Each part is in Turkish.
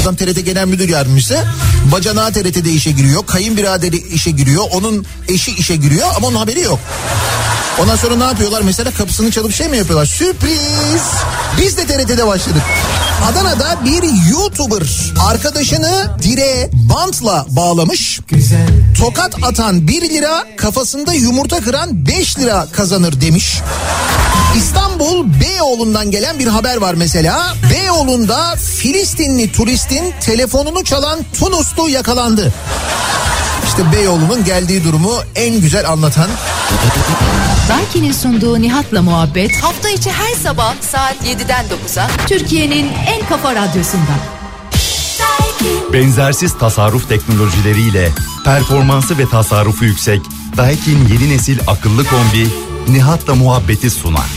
Adam TRT Genel Müdür Yardımcısı. Bacanağı TRT'de işe giriyor. Kayınbiraderi işe giriyor. Onun eşi işe giriyor ama onun haberi yok. Ondan sonra ne yapıyorlar? Mesela kapısını çalıp şey mi yapıyorlar? Sürpriz! Biz de TRT'de başladık. Adana'da bir YouTuber arkadaşını direğe bantla bağlamış. Tokat atan 1 lira, kafasında yumurta kıran 5 lira kazanır demiş. İstanbul Beyoğlu'ndan gelen bir haber var mesela. Beyoğlu'nda Filistinli turistin telefonunu çalan Tunuslu yakalandı. İşte Beyoğlu'nun geldiği durumu en güzel anlatan. Daiki'nin sunduğu Nihat'la Muhabbet hafta içi her sabah saat 7'den 9'a Türkiye'nin en kafa radyosunda. Benzersiz tasarruf teknolojileriyle performansı ve tasarrufu yüksek Daikin yeni nesil akıllı kombi Nihat'la Muhabbet'i sunar.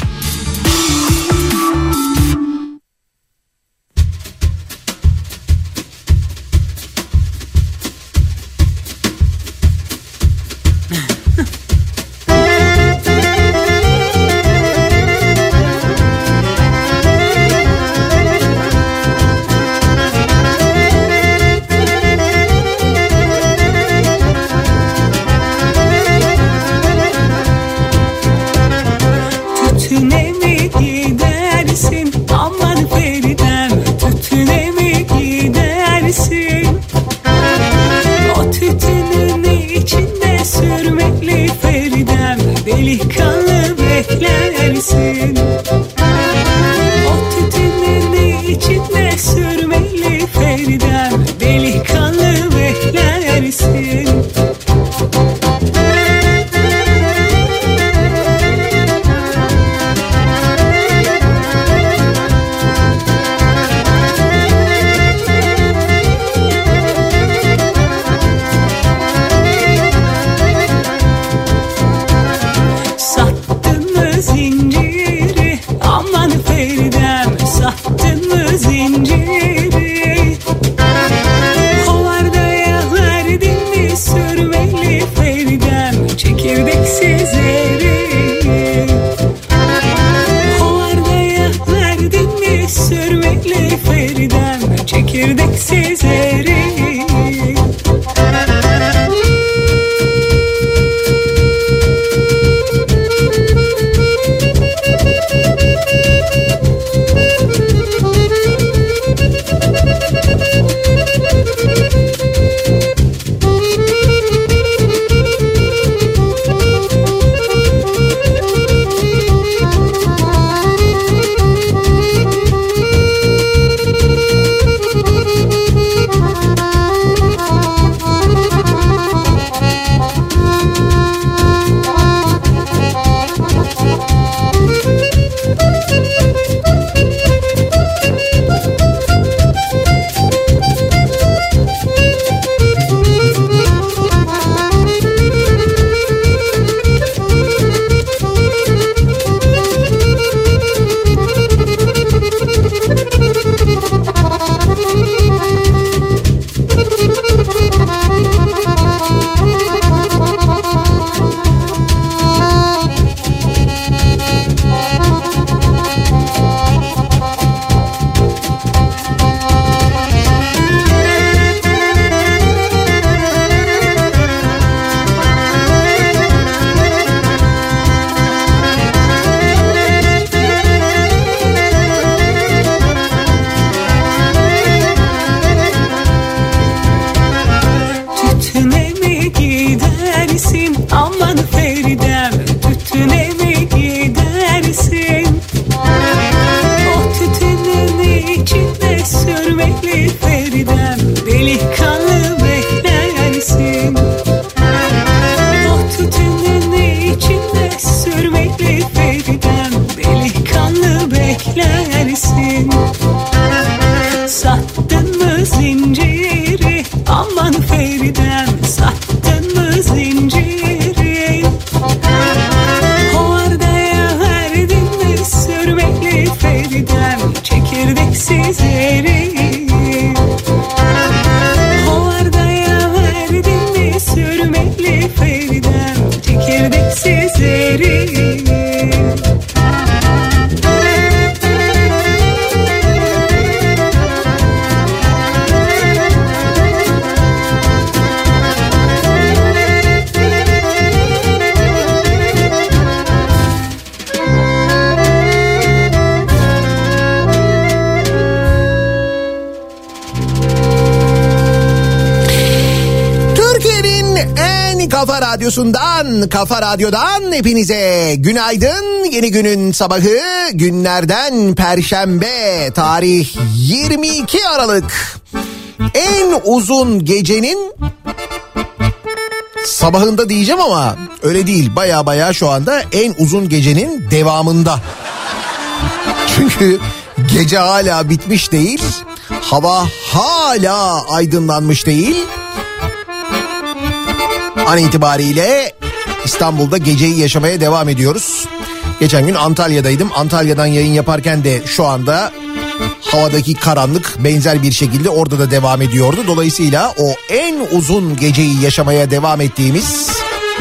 Kafa Radyosu'ndan, Kafa Radyo'dan hepinize günaydın. Yeni günün sabahı, günlerden Perşembe, tarih 22 Aralık. En uzun gecenin sabahında diyeceğim ama öyle değil. Baya şu anda en uzun gecenin devamında. Çünkü gece hala bitmiş değil. Hava hala aydınlanmış değil. An itibariyle İstanbul'da geceyi yaşamaya devam ediyoruz. Geçen gün Antalya'daydım. Antalya'dan yayın yaparken de şu anda havadaki karanlık benzer bir şekilde orada da devam ediyordu. Dolayısıyla o en uzun geceyi yaşamaya devam ettiğimiz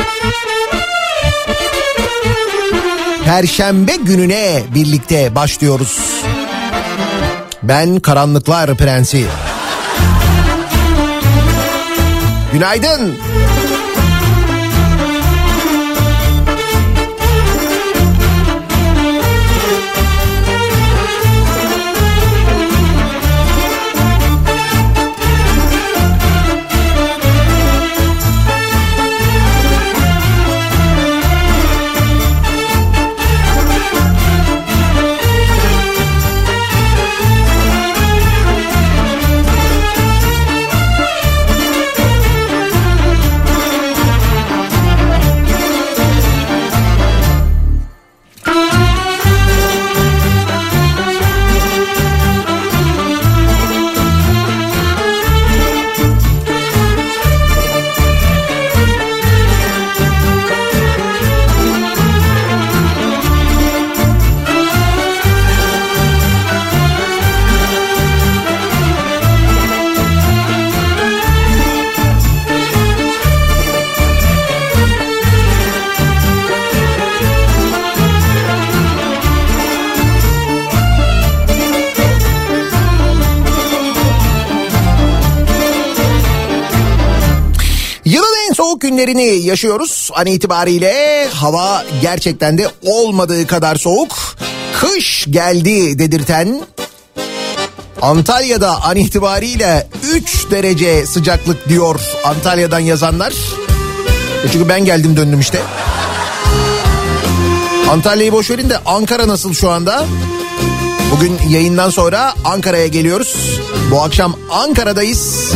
Perşembe gününe birlikte başlıyoruz. Ben Karanlıklar Prensi. Günaydın. Günlerini yaşıyoruz. An itibariyle hava gerçekten de olmadığı kadar soğuk. Kış geldi dedirten, Antalya'da an itibariyle 3 derece sıcaklık diyor Antalya'dan yazanlar. Çünkü ben geldim döndüm işte. Antalya'yı boş verin de Ankara nasıl şu anda? Bugün yayından sonra Ankara'ya geliyoruz. Bu akşam Ankara'dayız.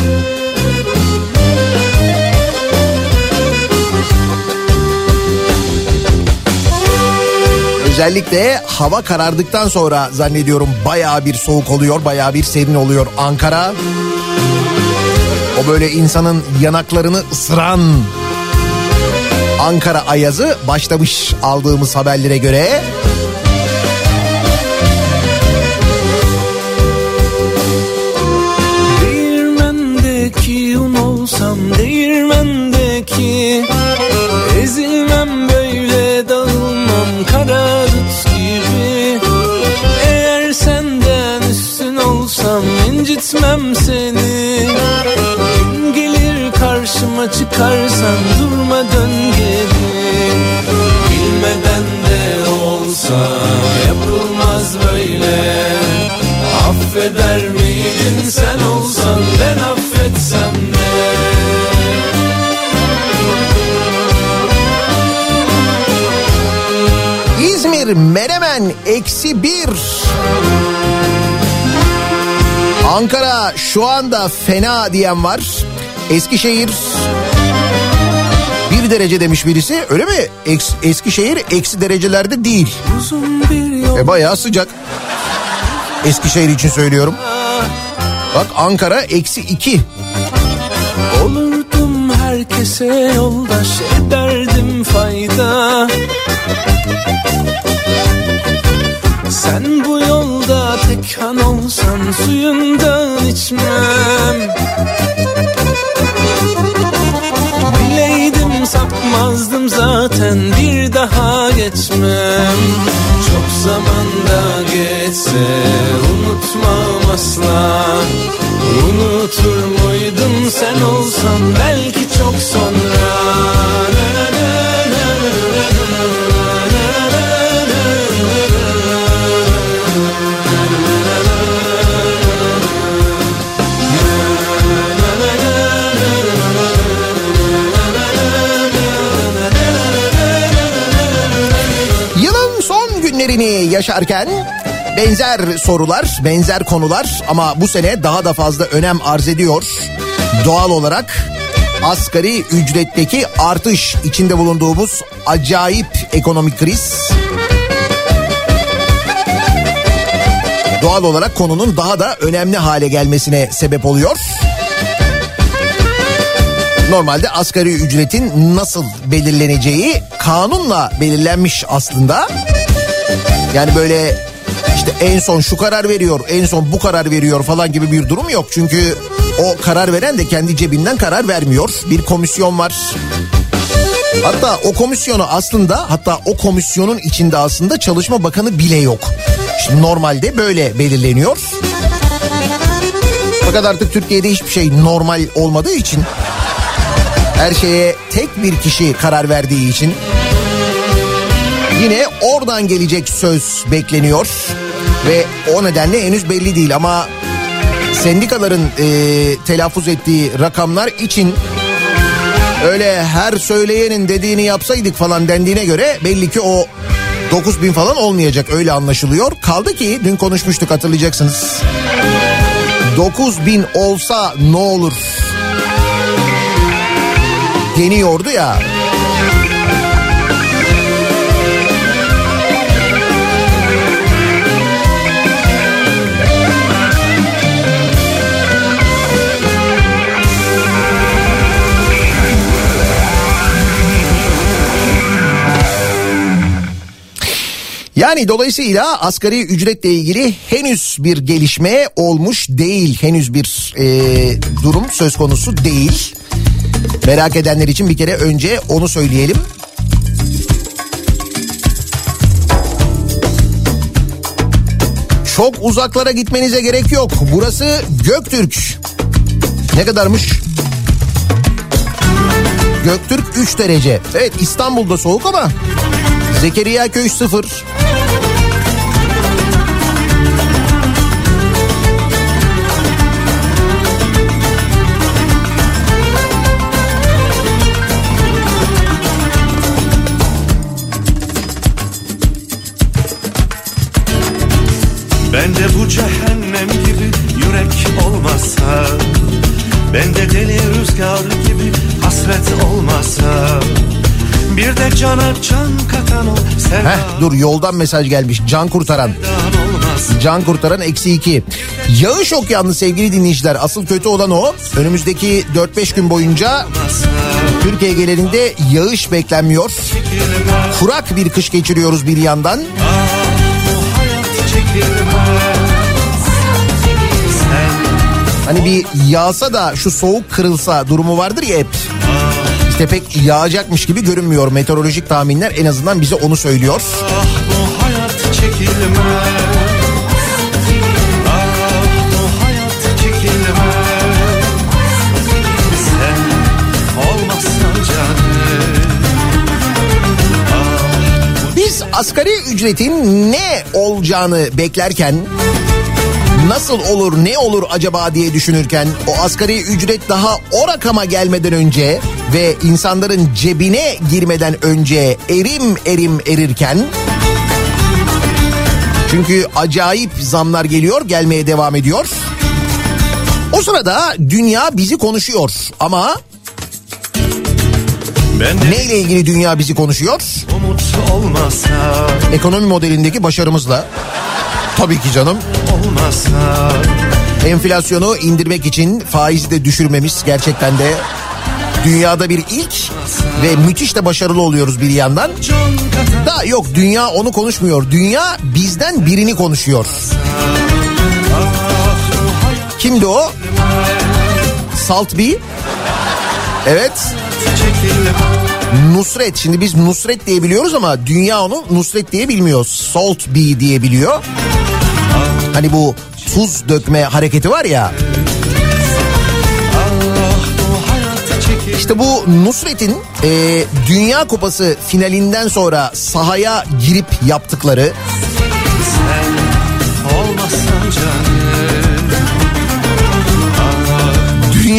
Özellikle hava karardıktan sonra zannediyorum bayağı bir soğuk oluyor, bayağı bir serin oluyor Ankara. O böyle insanın yanaklarını ısıran Ankara ayazı başlamış aldığımız haberlere göre. Değirmendeki un olsam, değirmendeki ezilmem böyle dağılmam kara dut gibi. Eğer senden üstün olsam incitmem seni. Gün gelir karşıma çıkarsan durma dön geri. Bilmeden de olsa yapılmaz böyle. Affeder miydin sen olsan ben affetsem de. İzmir Menemen -1. Ankara şu anda fena diyen var. Eskişehir 1 derece demiş birisi. Öyle mi? Eskişehir eksi derecelerde değil. Bayağı sıcak. Eskişehir için söylüyorum. Bak Ankara -2. Olurdum herkese yoldaş, ederdim fayda. Sen bu yolda tek han olsan suyundan içmem. Bileydim sapmazdım zaten bir daha geçmem. Çok zamanda geçse unutmam asla. Unutur muydun sen olsan belki çok sonra. yaşarken benzer sorular, benzer konular ama bu sene daha da fazla önem arz ediyor. Doğal olarak asgari ücretteki artış, içinde bulunduğumuz acayip ekonomik kriz. Doğal olarak konunun daha da önemli hale gelmesine sebep oluyor. Normalde asgari ücretin nasıl belirleneceği kanunla belirlenmiş aslında. Yani böyle işte en son şu karar veriyor, en son bu karar veriyor falan gibi bir durum yok. Çünkü o karar veren de kendi cebinden karar vermiyor. Bir komisyon var. Hatta o komisyonun içinde aslında Çalışma Bakanı bile yok. Şimdi normalde böyle belirleniyor. Fakat artık Türkiye'de hiçbir şey normal olmadığı için, her şeye tek bir kişi karar verdiği için yine oradan gelecek söz bekleniyor ve o nedenle henüz belli değil ama sendikaların telaffuz ettiği rakamlar için öyle her söyleyenin dediğini yapsaydık falan dendiğine göre belli ki o 9.000 falan olmayacak, öyle anlaşılıyor. Kaldı ki dün konuşmuştuk, hatırlayacaksınız. 9.000 olsa ne olur deniyordu ya. Yani dolayısıyla asgari ücretle ilgili henüz bir gelişme olmuş değil. Henüz bir durum söz konusu değil. Merak edenler için bir kere önce onu söyleyelim. Çok uzaklara gitmenize gerek yok. Burası Göktürk. Ne kadarmış? Göktürk 3 derece. Evet, İstanbul'da soğuk ama Zekeriyaköy 0. Bende bu cehennem gibi yürek olmasa, bende deli rüzgar gibi hasret olmasa, bir de cana can katan o sevda. Dur, yoldan mesaj gelmiş. Can kurtaran. Can kurtaran -2. Yağış yok yalnız sevgili dinleyiciler. Asıl kötü olan o. Önümüzdeki 4-5 gün boyunca Türkiye genelinde yağış beklenmiyor. Kurak bir kış geçiriyoruz bir yandan. Hani bir yağsa da şu soğuk kırılsa durumu vardır ya hep. İşte pek yağacakmış gibi görünmüyor. Meteorolojik tahminler en azından bize onu söylüyor. Bu hayat çekilmez. Bu hayat çekilmez. Sen olmazsan canım. Biz asgari ücretin ne olacağını beklerken, nasıl olur, ne olur acaba diye düşünürken, o asgari ücret daha o rakama gelmeden önce ve insanların cebine girmeden önce erim erim erirken, çünkü acayip zamlar geliyor, gelmeye devam ediyor. O sırada dünya bizi konuşuyor ama neyle ilgili dünya bizi konuşuyor? Umut olmasa, ekonomi modelindeki başarımızla. Tabii ki canım. Olmasa. Enflasyonu indirmek için faizi de düşürmemiz gerçekten de dünyada bir ilk ve müthiş de başarılı oluyoruz bir yandan. Da yok, dünya onu konuşmuyor. Dünya bizden birini konuşuyor. Kimdi o? Salt B. Evet. Nusret. Şimdi biz Nusret diye biliyoruz ama dünya onu Nusret diye bilmiyor. Salt B diye biliyor. Hani bu tuz dökme hareketi var ya. İşte bu Nusret'in Dünya Kupası finalinden sonra sahaya girip yaptıkları,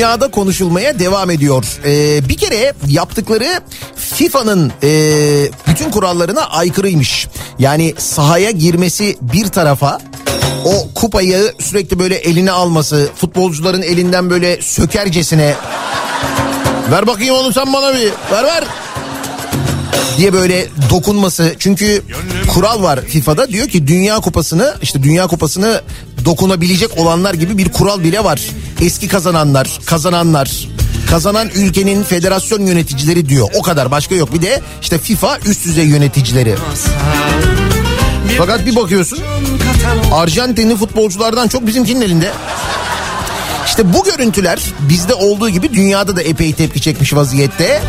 dünyada konuşulmaya devam ediyor. Bir kere yaptıkları FIFA'nın bütün kurallarına aykırıymış. Yani sahaya girmesi bir tarafa, o kupayı sürekli böyle eline alması, futbolcuların elinden böyle sökercesine ver bakayım oğlum sen bana bir ver diye böyle dokunması. Çünkü kural var FIFA'da, diyor ki Dünya Kupası'nı dokunabilecek olanlar gibi bir kural bile var. Eski kazananlar, kazanan ülkenin federasyon yöneticileri diyor. O kadar, başka yok. Bir de işte FIFA üst düzey yöneticileri. Fakat bir bakıyorsun Arjantinli futbolculardan çok bizimkinin elinde. İşte bu görüntüler bizde olduğu gibi dünyada da epey tepki çekmiş vaziyette.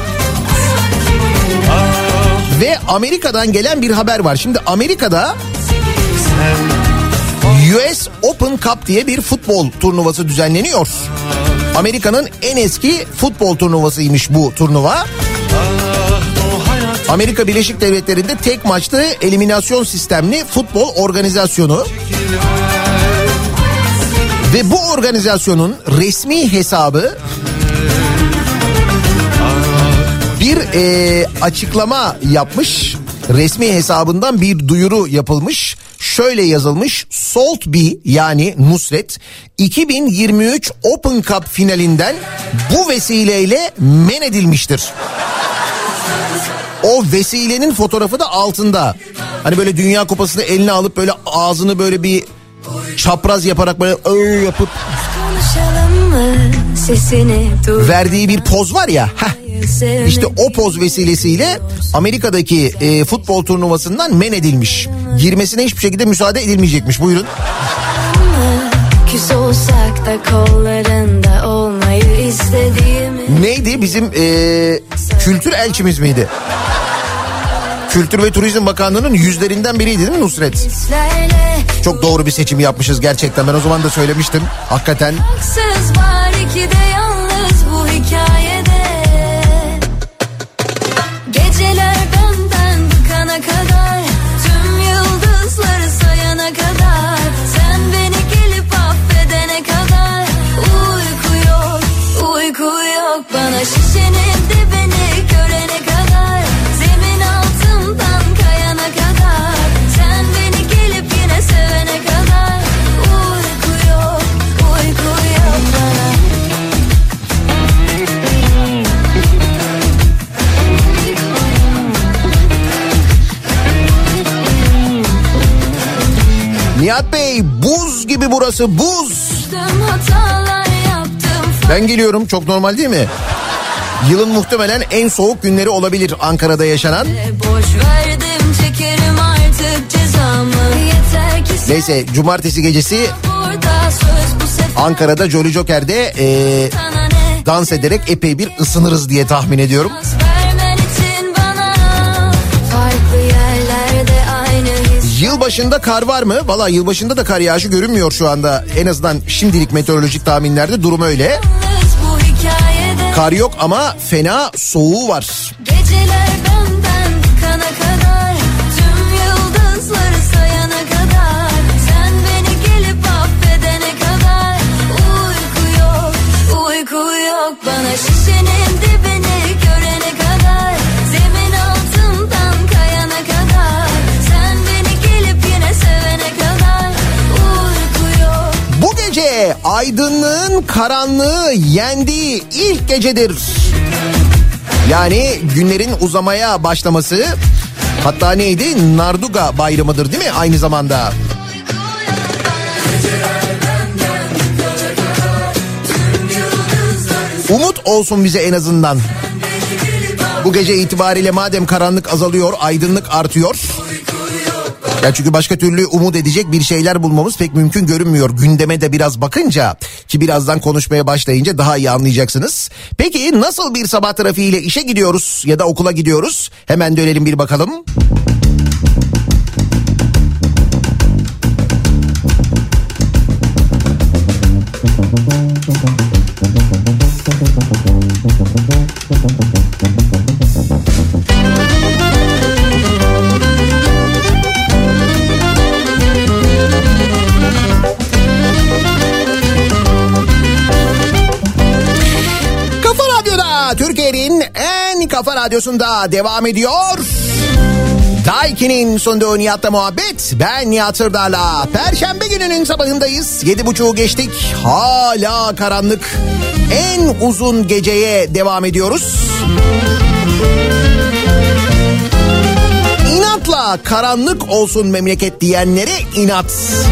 Ve Amerika'dan gelen bir haber var. Şimdi Amerika'da US Open Cup diye bir futbol turnuvası düzenleniyor. Amerika'nın en eski futbol turnuvasıymış bu turnuva. Amerika Birleşik Devletleri'nde tek maçlı eliminasyon sistemli futbol organizasyonu. Ve bu organizasyonun resmi hesabı bir açıklama yapmış. Resmi hesabından bir duyuru yapılmış. Şöyle yazılmış: Saltby yani Nusret 2023 Open Cup finalinden bu vesileyle men edilmiştir. O vesilenin fotoğrafı da altında. Hani böyle Dünya Kupası'nı eline alıp böyle ağzını böyle bir çapraz yaparak böyle yapıp verdiği bir poz var ya. İşte o poz vesilesiyle Amerika'daki futbol turnuvasından men edilmiş. Girmesine hiçbir şekilde müsaade edilmeyecekmiş. Buyurun. Neydi bizim kültür elçimiz miydi? Kültür ve Turizm Bakanlığı'nın yüzlerinden biriydi değil mi Nusret? Çok doğru bir seçim yapmışız gerçekten. Ben o zaman da söylemiştim. Hakikaten. Haksız var iki de yalnız bu hikayede. Geceler benden bıkana kadar, tüm yıldızları sayana kadar, sen beni gelip affedene kadar, uyku yok bana şişenin dibini görene kadar, zemin altından kayana kadar, sen beni gelip yine sevene kadar, uyku yok bana. Nihat Bey, buz gibi burası, buz. Ben geliyorum, çok normal değil mi? Yılın muhtemelen en soğuk günleri olabilir Ankara'da yaşanan. Neyse, cumartesi gecesi Ankara'da Jolly Joker'de dans ederek epey bir ısınırız diye tahmin ediyorum. Yılbaşında kar var mı? Valla yılbaşında da kar yağışı görünmüyor şu anda. En azından şimdilik meteorolojik tahminlerde durum öyle. Kar yok ama fena soğuğu var. Geceler benden kana kadar, tüm yıldızları sayana kadar, sen beni gelip affedene kadar, uyku yok bana şişenin dibini görene kadar, zemin altından kayana kadar, sen beni gelip yine sevene kadar, uyku yok. Bu gece aydınlığın karanlığı yendiği ilk gecedir. Yani günlerin uzamaya başlaması, hatta neydi? Narduga bayramıdır değil mi aynı zamanda? Umut olsun bize en azından. Bu gece itibariyle madem karanlık azalıyor, aydınlık artıyor. Ya çünkü başka türlü umut edecek bir şeyler bulmamız pek mümkün görünmüyor. Gündeme de biraz bakınca, ki birazdan konuşmaya başlayınca daha iyi anlayacaksınız. Peki nasıl bir sabah trafiğiyle işe gidiyoruz ya da okula gidiyoruz? Hemen dönelim bir bakalım. Kafa Radyosu'nda devam ediyor. Daiki'nin sonunda Nihat'la muhabbet. Ben Nihat Sırdar'la. Perşembe gününün sabahındayız. 7.30'u geçtik. Hala karanlık. En uzun geceye devam ediyoruz. İnatla karanlık olsun memleket diyenlere inat.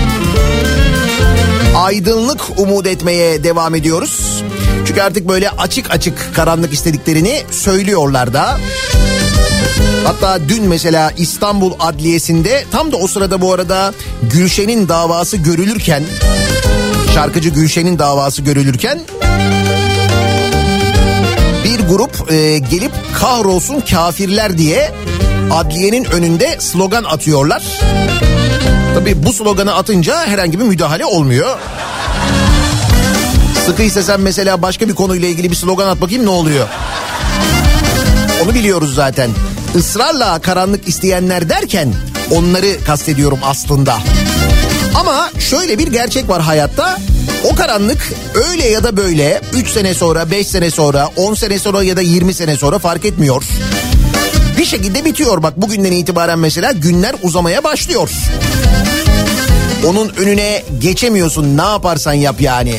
Aydınlık umut etmeye devam ediyoruz. Çünkü artık böyle açık açık karanlık istediklerini söylüyorlar da. Hatta dün mesela İstanbul Adliyesi'nde tam da o sırada bu arada Gülşen'in davası görülürken, şarkıcı Gülşen'in davası görülürken bir grup gelip kahrolsun kafirler diye adliyenin önünde slogan atıyorlar. Tabii bu sloganı atınca herhangi bir müdahale olmuyor. Sıkıysa sen mesela başka bir konuyla ilgili bir slogan at bakayım ne oluyor? Onu biliyoruz zaten. Israrla karanlık isteyenler derken onları kastediyorum aslında. Ama şöyle bir gerçek var hayatta. O karanlık öyle ya da böyle 3 sene sonra, 5 sene sonra, 10 sene sonra ya da 20 sene sonra fark etmiyor. Bir şekilde bitiyor. Bak bugünden itibaren mesela günler uzamaya başlıyor. Onun önüne geçemiyorsun, ne yaparsan yap yani.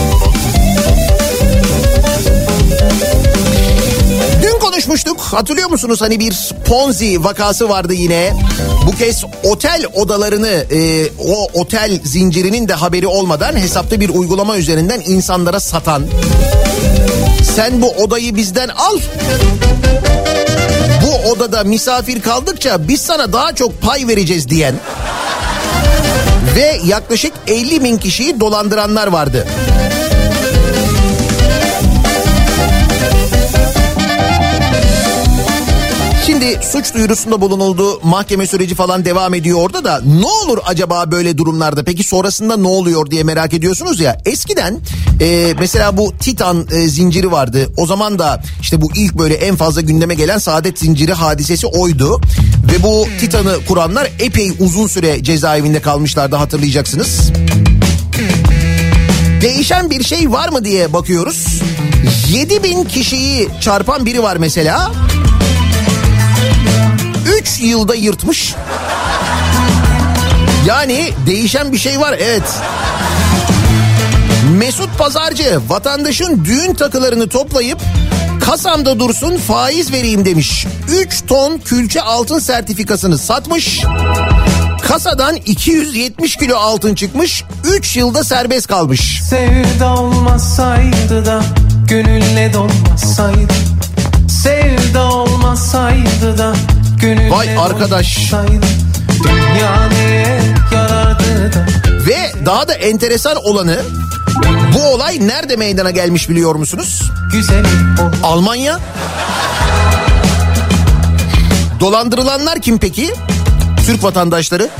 Dün konuşmuştuk, hatırlıyor musunuz? Hani bir Ponzi vakası vardı yine. Bu kez otel odalarını o otel zincirinin de haberi olmadan hesapta bir uygulama üzerinden insanlara satan. Sen bu odayı bizden al. Bu odada misafir kaldıkça biz sana daha çok pay vereceğiz diyen ve yaklaşık 50 bin kişiyi dolandıranlar vardı. Şimdi suç duyurusunda bulunuldu, mahkeme süreci falan devam ediyor orada da ne olur acaba böyle durumlarda, peki sonrasında ne oluyor diye merak ediyorsunuz ya. Eskiden mesela bu Titan zinciri vardı, o zaman da işte bu ilk böyle en fazla gündeme gelen Saadet Zinciri hadisesi oydu. Ve bu Titan'ı kuranlar epey uzun süre cezaevinde kalmışlardı, hatırlayacaksınız. Değişen bir şey var mı diye bakıyoruz. 7.000 kişiyi çarpan biri var mesela. 3 yılda yırtmış. Yani değişen bir şey var, evet. Mesut Pazarcı vatandaşın düğün takılarını toplayıp kasamda dursun faiz vereyim demiş. 3 ton külçe altın sertifikasını satmış. Kasadan 270 kilo altın çıkmış. 3 yılda serbest kalmış. Sevda olmasaydı da gönülle dolmasaydı. Sevda olmasaydı da gönülle vay arkadaş. Dünya neye yarardı da. Ve daha da enteresan olanı, bu olay nerede meydana gelmiş biliyor musunuz? Almanya. Dolandırılanlar kim peki? Türk vatandaşları.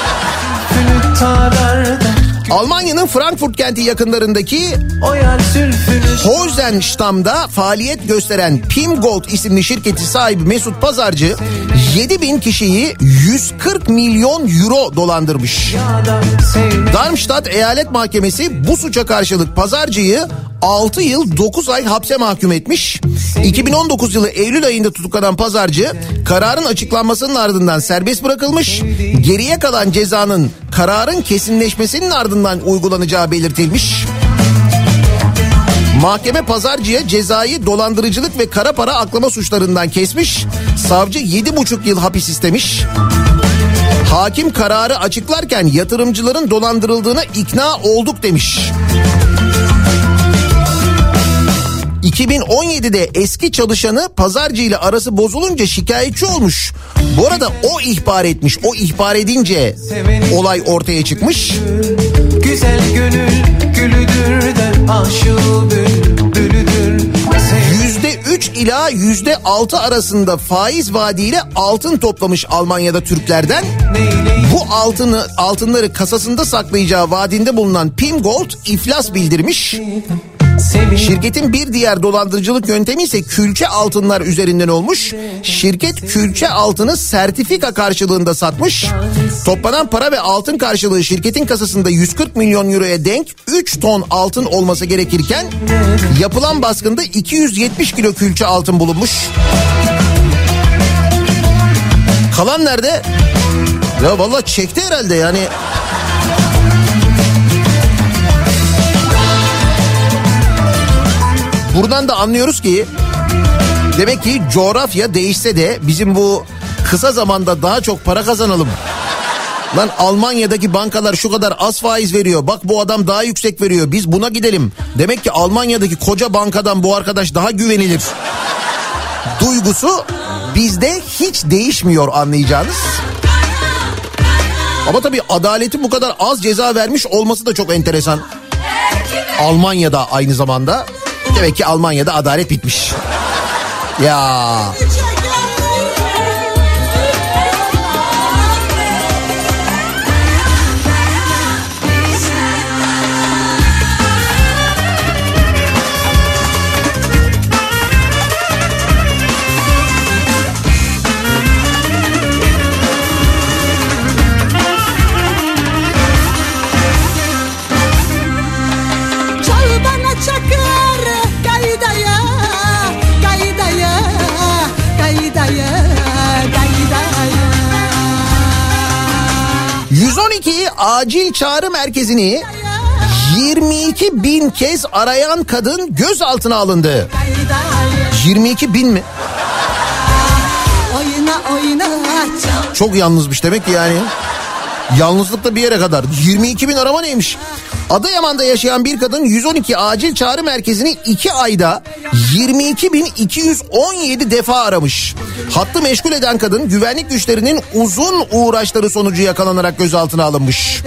Almanya'nın Frankfurt kenti yakınlarındaki Hosenstamm'da faaliyet gösteren Pimgold isimli şirketi sahibi Mesut Pazarcı 7.000 kişiyi 140 milyon euro dolandırmış. Darmstadt Eyalet Mahkemesi bu suça karşılık Pazarcı'yı 6 yıl 9 ay hapse mahkum etmiş. 2019 yılı Eylül ayında tutuklanan Pazarcı kararın açıklanmasının ardından serbest bırakılmış. Geriye kalan cezanın kararın kesinleşmesinin ardından uygulanacağı belirtilmiş. Mahkeme Pazarcı'ya cezayı dolandırıcılık ve kara para aklama suçlarından kesmiş. Savcı 7,5 yıl hapis istemiş. Hakim kararı açıklarken yatırımcıların dolandırıldığına ikna olduk demiş. 2017'de eski çalışanı Pazarcı ile arası bozulunca şikayetçi olmuş. Bu arada o ihbar etmiş. O ihbar edince olay ortaya çıkmış. Güzel gönül gülüdür de aşığı bülbülüdür. %3 ila %6 arasında faiz vaadiyle altın toplamış Almanya'da Türklerden. Bu altınları kasasında saklayacağı vaadinde bulunan Pimgold iflas bildirmiş. Şirketin bir diğer dolandırıcılık yöntemi ise külçe altınlar üzerinden olmuş. Şirket külçe altını sertifika karşılığında satmış. Toplanan para ve altın karşılığı şirketin kasasında 140 milyon euroya denk 3 ton altın olması gerekirken yapılan baskında 270 kilo külçe altın bulunmuş. Kalan nerede? Ya vallahi çekti herhalde yani. Buradan da anlıyoruz ki demek ki coğrafya değişse de bizim bu kısa zamanda daha çok para kazanalım. Lan Almanya'daki bankalar şu kadar az faiz veriyor. Bak bu adam daha yüksek veriyor. Biz buna gidelim. Demek ki Almanya'daki koca bankadan bu arkadaş daha güvenilir. Duygusu bizde hiç değişmiyor anlayacağınız. Ama tabii adaletin bu kadar az ceza vermiş olması da çok enteresan. Almanya'da aynı zamanda. Demek ki Almanya'da adalet bitmiş. Ya... Gaydaya 112 acil çağrı merkezini 22 bin kez arayan kadın gözaltına alındı. 22 bin mi? Çok yalnızmış demek ki yani. Yalnızlık da bir yere kadar. 22 bin arama neymiş? Adıyaman'da yaşayan bir kadın 112 acil çağrı merkezini 2 ayda 22.217 defa aramış. Hattı meşgul eden kadın güvenlik güçlerinin uzun uğraşları sonucu yakalanarak gözaltına alınmış.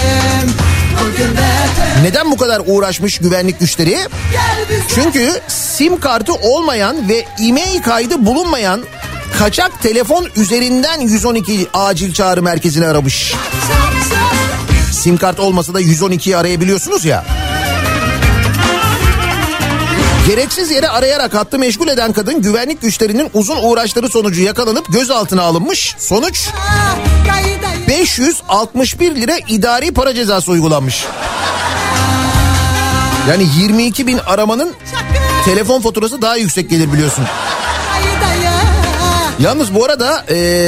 Neden bu kadar uğraşmış güvenlik güçleri? Çünkü sim kartı olmayan ve e-mail kaydı bulunmayan kaçak telefon üzerinden 112 acil çağrı merkezini aramış. Sim kart olmasa da 112'yi arayabiliyorsunuz ya. Gereksiz yere arayarak hattı meşgul eden kadın güvenlik güçlerinin uzun uğraşları sonucu yakalanıp gözaltına alınmış. Sonuç 561 lira idari para cezası uygulanmış. Yani 22 bin aramanın telefon faturası daha yüksek gelir biliyorsun. Yalnız bu arada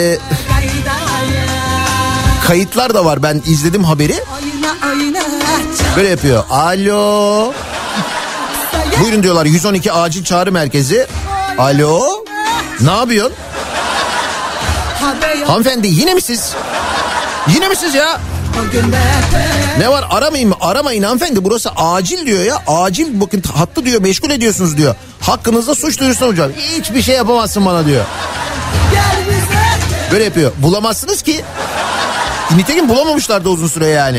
kayıtlar da var, ben izledim haberi. Böyle yapıyor. Alo. Buyurun diyorlar 112 acil çağrı merkezi. Alo. Ne yapıyorsun? Hanımefendi yine mi siz? Yine mi siz ya? Ne var, aramayın mı? Aramayın hanımefendi, burası acil diyor ya. Acil, bakın hattı diyor meşgul ediyorsunuz diyor. Hakkınızda suç duyurusuna hocam. Hiçbir şey yapamazsın bana diyor. Böyle yapıyor. Bulamazsınız ki. Nitekim bulamamışlar da uzun süre yani.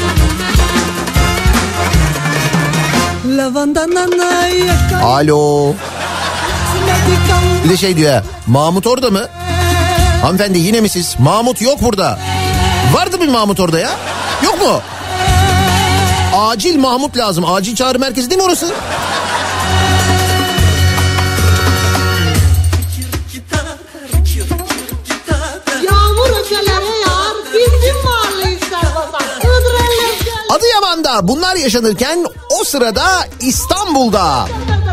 Alo. Bir de şey diyor ya, Mahmut orada mı? Hanımefendi yine mi siz? Mahmut yok burada. Vardı bir Mahmut orada ya. Yok mu? Acil Mahmut lazım. Acil çağrı merkezi değil mi orası? Adıyaman'da bunlar yaşanırken o sırada İstanbul'da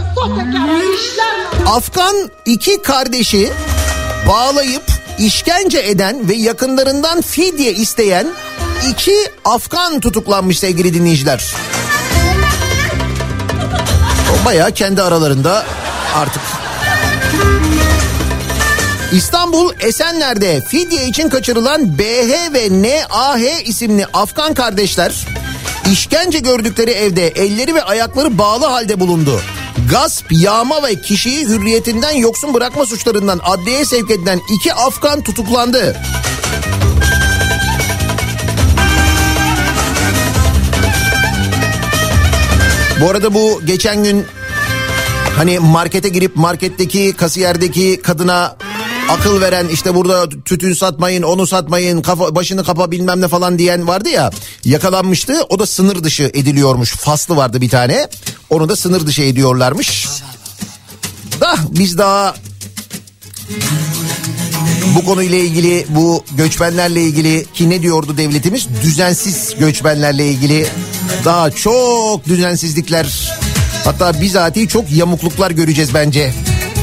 Afgan iki kardeşi bağlayıp işkence eden ve yakınlarından fidye isteyen 2 Afgan tutuklanmış sevgili dinleyiciler. O bayağı kendi aralarında artık. İstanbul Esenler'de fidye için kaçırılan BH ve NAH isimli Afgan kardeşler işkence gördükleri evde elleri ve ayakları bağlı halde bulundu. Gasp, yağma ve kişiyi hürriyetinden yoksun bırakma suçlarından adliyeye sevk edilen 2 Afgan tutuklandı. Bu arada bu geçen gün hani markete girip marketteki kasiyerdeki kadına akıl veren, işte burada tütün satmayın, onu satmayın, başını kapa bilmem ne falan diyen vardı ya, yakalanmıştı. O da sınır dışı ediliyormuş. Faslı vardı bir tane, onu da sınır dışı ediyorlarmış. Da biz daha bu konuyla ilgili, bu göçmenlerle ilgili, ki ne diyordu devletimiz? Düzensiz göçmenlerle ilgili daha çok düzensizlikler, hatta bizatihi çok yamukluklar göreceğiz bence.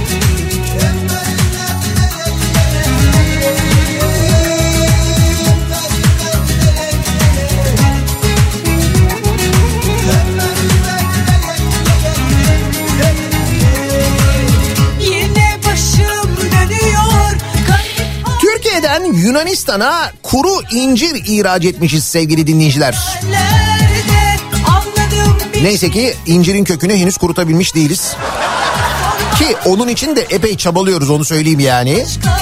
Yunanistan'a kuru incir ihraç etmişiz sevgili dinleyiciler. Neyse ki incirin kökünü henüz kurutabilmiş değiliz. Ki onun için de epey çabalıyoruz, onu söyleyeyim yani.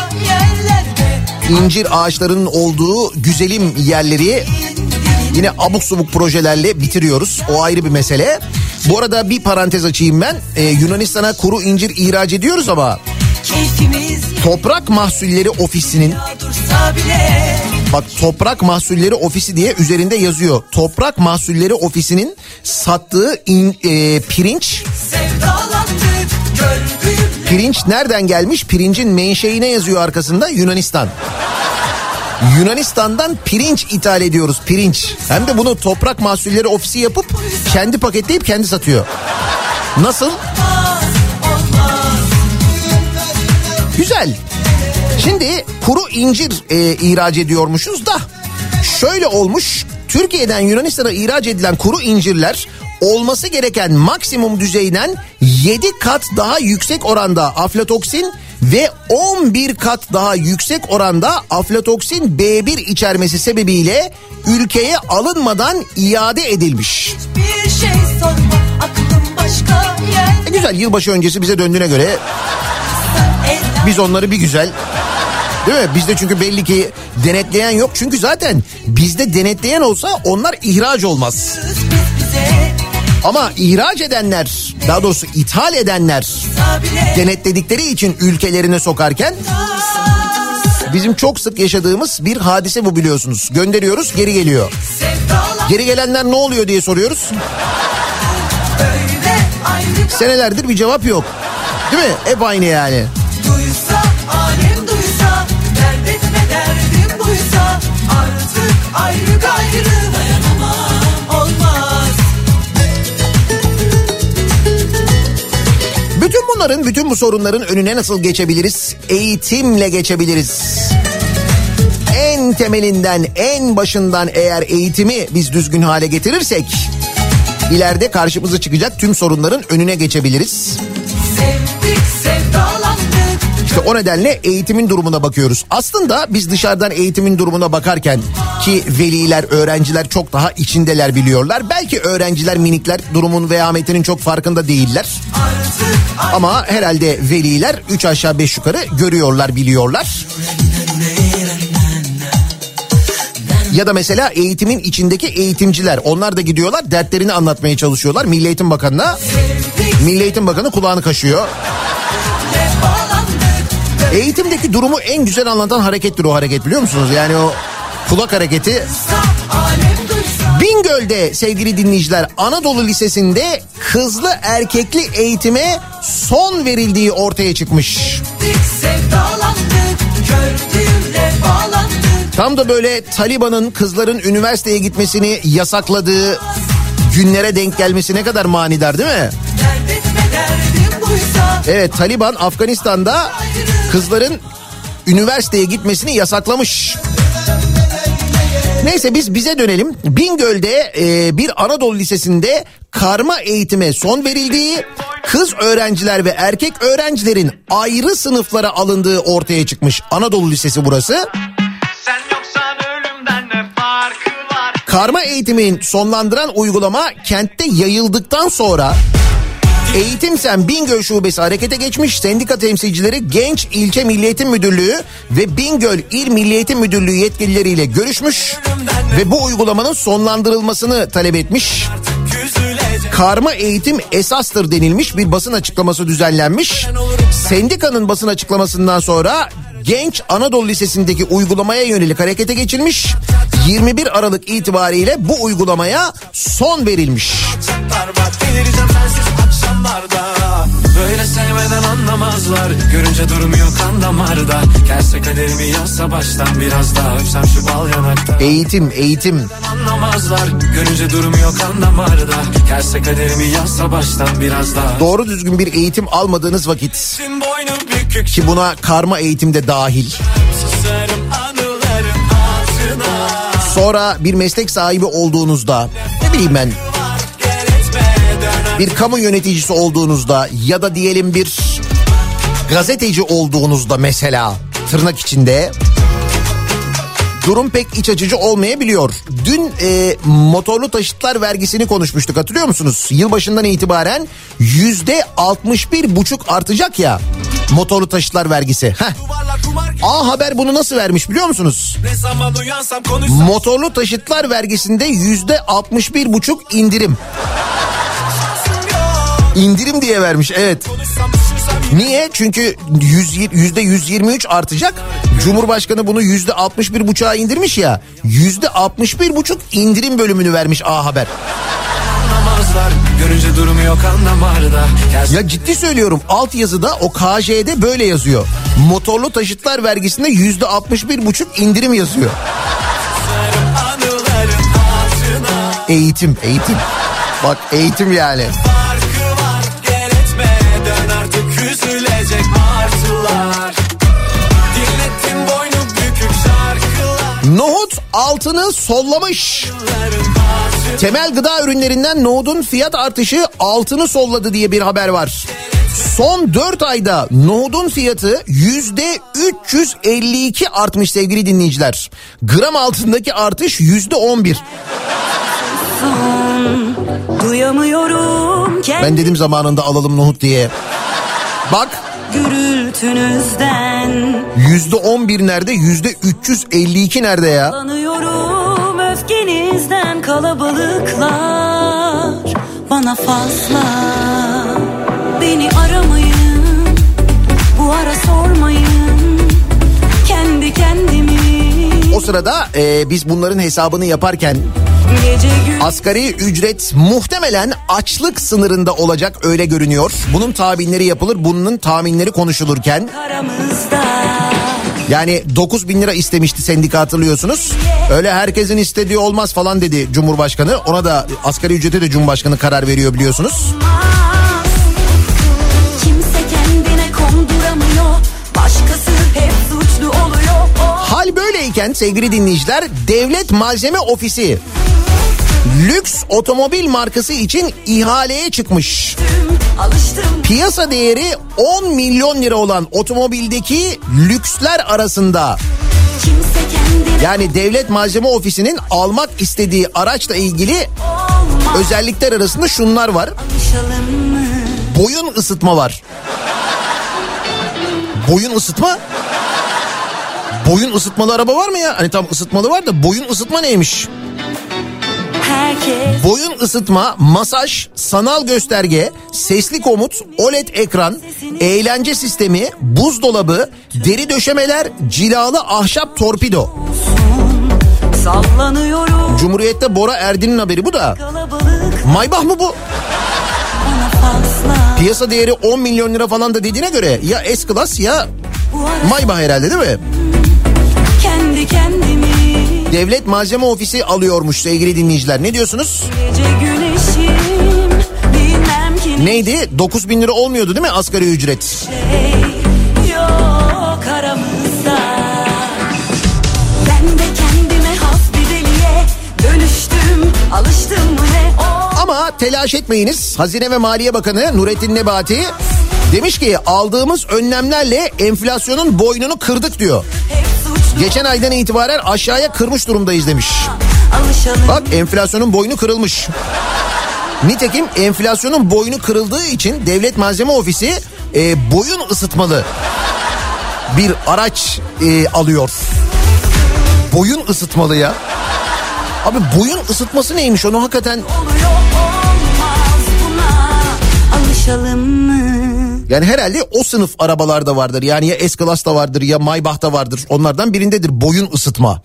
İncir ağaçlarının olduğu güzelim yerleri yine abuk subuk projelerle bitiriyoruz. O ayrı bir mesele. Bu arada bir parantez açayım ben. Yunanistan'a kuru incir ihraç ediyoruz ama Toprak Mahsulleri Ofisi'nin, bak Toprak Mahsulleri Ofisi diye üzerinde yazıyor. Toprak Mahsulleri Ofisi'nin sattığı pirinç nereden gelmiş? Pirincin menşeine yazıyor arkasında, Yunanistan. Yunanistan'dan pirinç ithal ediyoruz, pirinç. Hem de bunu Toprak Mahsulleri Ofisi yapıp kendi paketleyip kendi satıyor. Nasıl? Güzel. Şimdi kuru incir ihraç ediyormuşuz da şöyle olmuş. Türkiye'den Yunanistan'a ihraç edilen kuru incirler olması gereken maksimum düzeyden 7 kat daha yüksek oranda aflatoksin ve 11 kat daha yüksek oranda aflatoksin B1 içermesi sebebiyle ülkeye alınmadan iade edilmiş. Şey sorma, başka güzel, yılbaşı öncesi bize döndüğüne göre biz onları bir güzel, değil mi? Bizde çünkü belli ki denetleyen yok. Çünkü zaten bizde denetleyen olsa onlar ihraç olmaz. Ama ihraç edenler, daha doğrusu ithal edenler denetledikleri için ülkelerine sokarken bizim çok sık yaşadığımız bir hadise bu, biliyorsunuz. Gönderiyoruz, geri geliyor. Geri gelenler ne oluyor diye soruyoruz. Senelerdir bir cevap yok. Değil mi? Hep aynı yani. Duysa, alem duysa, dert etme derdim buysa, artık ayrı gayrı dayanamam, olmaz. Bütün bu sorunların önüne nasıl geçebiliriz? Eğitimle geçebiliriz. En temelinden, en başından eğer eğitimi biz düzgün hale getirirsek ileride karşımıza çıkacak tüm sorunların önüne geçebiliriz. Sevdik, sevdalandık. İşte o nedenle eğitimin durumuna bakıyoruz. Aslında biz dışarıdan eğitimin durumuna bakarken, ki veliler, öğrenciler çok daha içindeler, biliyorlar. Belki öğrenciler, minikler durumun vehametinin çok farkında değiller. Ama herhalde veliler 3 aşağı 5 yukarı görüyorlar, biliyorlar. Ya da mesela eğitimin içindeki eğitimciler, onlar da gidiyorlar, dertlerini anlatmaya çalışıyorlar Milli Eğitim Bakanı'na. Milli Eğitim Bakanı kulağını kaşıyor. Eğitimdeki durumu en güzel anlatan harekettir o hareket, biliyor musunuz? Yani o kulak hareketi. Bingöl'de sevgili dinleyiciler, Anadolu Lisesi'nde kızlı erkekli eğitime son verildiği ortaya çıkmış. Tam da böyle Taliban'ın kızların üniversiteye gitmesini yasakladığı günlere denk gelmesi ne kadar manidar, değil mi? Evet, Taliban Afganistan'da kızların üniversiteye gitmesini yasaklamış. Neyse biz bize dönelim. Bingöl'de bir Anadolu Lisesi'nde karma eğitime son verildiği, kız öğrenciler ve erkek öğrencilerin ayrı sınıflara alındığı ortaya çıkmış. Anadolu Lisesi burası. Karma eğitimin sonlandıran uygulama kentte yayıldıktan sonra Eğitim Sen Bingöl Şubesi harekete geçmiş. Sendika temsilcileri Genç İlçe Milli Eğitim Müdürlüğü ve Bingöl İl Milli Eğitim Müdürlüğü yetkilileriyle görüşmüş ve bu uygulamanın sonlandırılmasını talep etmiş. Karma eğitim esastır denilmiş bir basın açıklaması düzenlenmiş. Sendikanın basın açıklamasından sonra Genç Anadolu Lisesi'ndeki uygulamaya yönelik harekete geçilmiş. 21 Aralık itibariyle bu uygulamaya son verilmiş. Böyle sevmeden anlamazlar. Görünce durmuyor kan damarda. Gelse kaderimi yazsa baştan biraz daha öpsem şu bal yanakta. Eğitim. Anlamazlar. Görünce durmuyor kan damarda. Gelse kaderimi yazsa baştan biraz daha. Doğru düzgün bir eğitim almadığınız vakit ki buna karma eğitim de dahil. Sonra bir meslek sahibi olduğunuzda, ne bileyim ben, bir kamu yöneticisi olduğunuzda ya da diyelim bir gazeteci olduğunuzda mesela, tırnak içinde, durum pek iç açıcı olmayabiliyor. Dün motorlu taşıtlar vergisini konuşmuştuk, hatırlıyor musunuz? Yılbaşından itibaren %61,5 artacak ya motorlu taşıtlar vergisi. A Haber bunu nasıl vermiş biliyor musunuz? Motorlu taşıtlar vergisinde %61,5 indirim. İndirim diye vermiş, evet. Niye? Çünkü %123 artacak. Cumhurbaşkanı bunu %61,5'a indirmiş ya. %61,5 indirim bölümünü vermiş A Haber. Görünce durmuyor kan damarda. Ya ciddi söylüyorum, alt yazıda o KJ'de böyle yazıyor. Motorlu taşıtlar vergisinde %61,5 indirim yazıyor. Eğitim. Bak eğitim yani. Nohut altını sollamış. Temel gıda ürünlerinden nohudun fiyat artışı altını solladı diye bir haber var. Son 4 ayda nohudun fiyatı %352 artmış sevgili dinleyiciler. Gram altındaki artış %11. Duyamıyorum ben dedim zamanında alalım nohut diye. Bak. Gürültünüzden %11 nerede? %352 nerede ya? Lanıyorum öfkenizden, kalabalıklar bana fazla. Beni aramayın, bu ara sormayın kendi kendimi. O sırada biz bunların hesabını yaparken asgari ücret muhtemelen açlık sınırında olacak, öyle görünüyor. Bunun tahminleri yapılır, bunun tahminleri konuşulurken. Yani 9.000 lira istemişti sendika, hatırlıyorsunuz. Öyle herkesin istediği olmaz falan dedi Cumhurbaşkanı. Ona da asgari ücrete de Cumhurbaşkanı karar veriyor biliyorsunuz. Kimse kendine konduramıyor, başkası hep suçlu oluyor. Hal böyleyken sevgili dinleyiciler, Devlet Malzeme Ofisi lüks otomobil markası için ihaleye çıkmış. Piyasa değeri 10 milyon lira olan otomobildeki lüksler arasında, yani Devlet Malzeme Ofisi'nin almak istediği araçla ilgili özellikler arasında şunlar var. Boyun ısıtma var. Boyun ısıtma? Boyun ısıtmalı araba var mı ya? Hani tam ısıtmalı var da boyun ısıtma neymiş? Boyun ısıtma, masaj, sanal gösterge, sesli komut, OLED ekran, eğlence sistemi, buzdolabı, deri döşemeler, cilalı ahşap torpido. Cumhuriyet'te Bora Erdin'in haberi bu da. Maybach mı bu? Piyasa değeri 10 milyon lira falan da dediğine göre ya S-Class ya Maybach herhalde, değil mi? Kendi kendimi. Devlet Malzeme Ofisi alıyormuş sevgili dinleyiciler. Ne diyorsunuz? Neydi? 9.000 lira olmuyordu değil mi asgari ücret? Yok aramızda. Ben de kendime has bir deliye dönüştüm, alıştım mı ne o? Ama telaş etmeyiniz. Hazine ve Maliye Bakanı Nurettin Nebati demiş ki aldığımız önlemlerle enflasyonun boynunu kırdık diyor. Geçen aydan itibaren aşağıya kırmış durumdayız demiş. Bak, enflasyonun boynu kırılmış. Nitekim enflasyonun boynu kırıldığı için Devlet Malzeme Ofisi boyun ısıtmalı bir araç alıyor. Boyun ısıtmalı ya. Abi boyun ısıtması neymiş, onu hakikaten... Oluyor olmaz buna, alışalım mı? Yani herhalde o sınıf arabalarda vardır. Yani ya S-Class'ta vardır ya Maybach'ta vardır. Onlardan birindedir boyun ısıtma.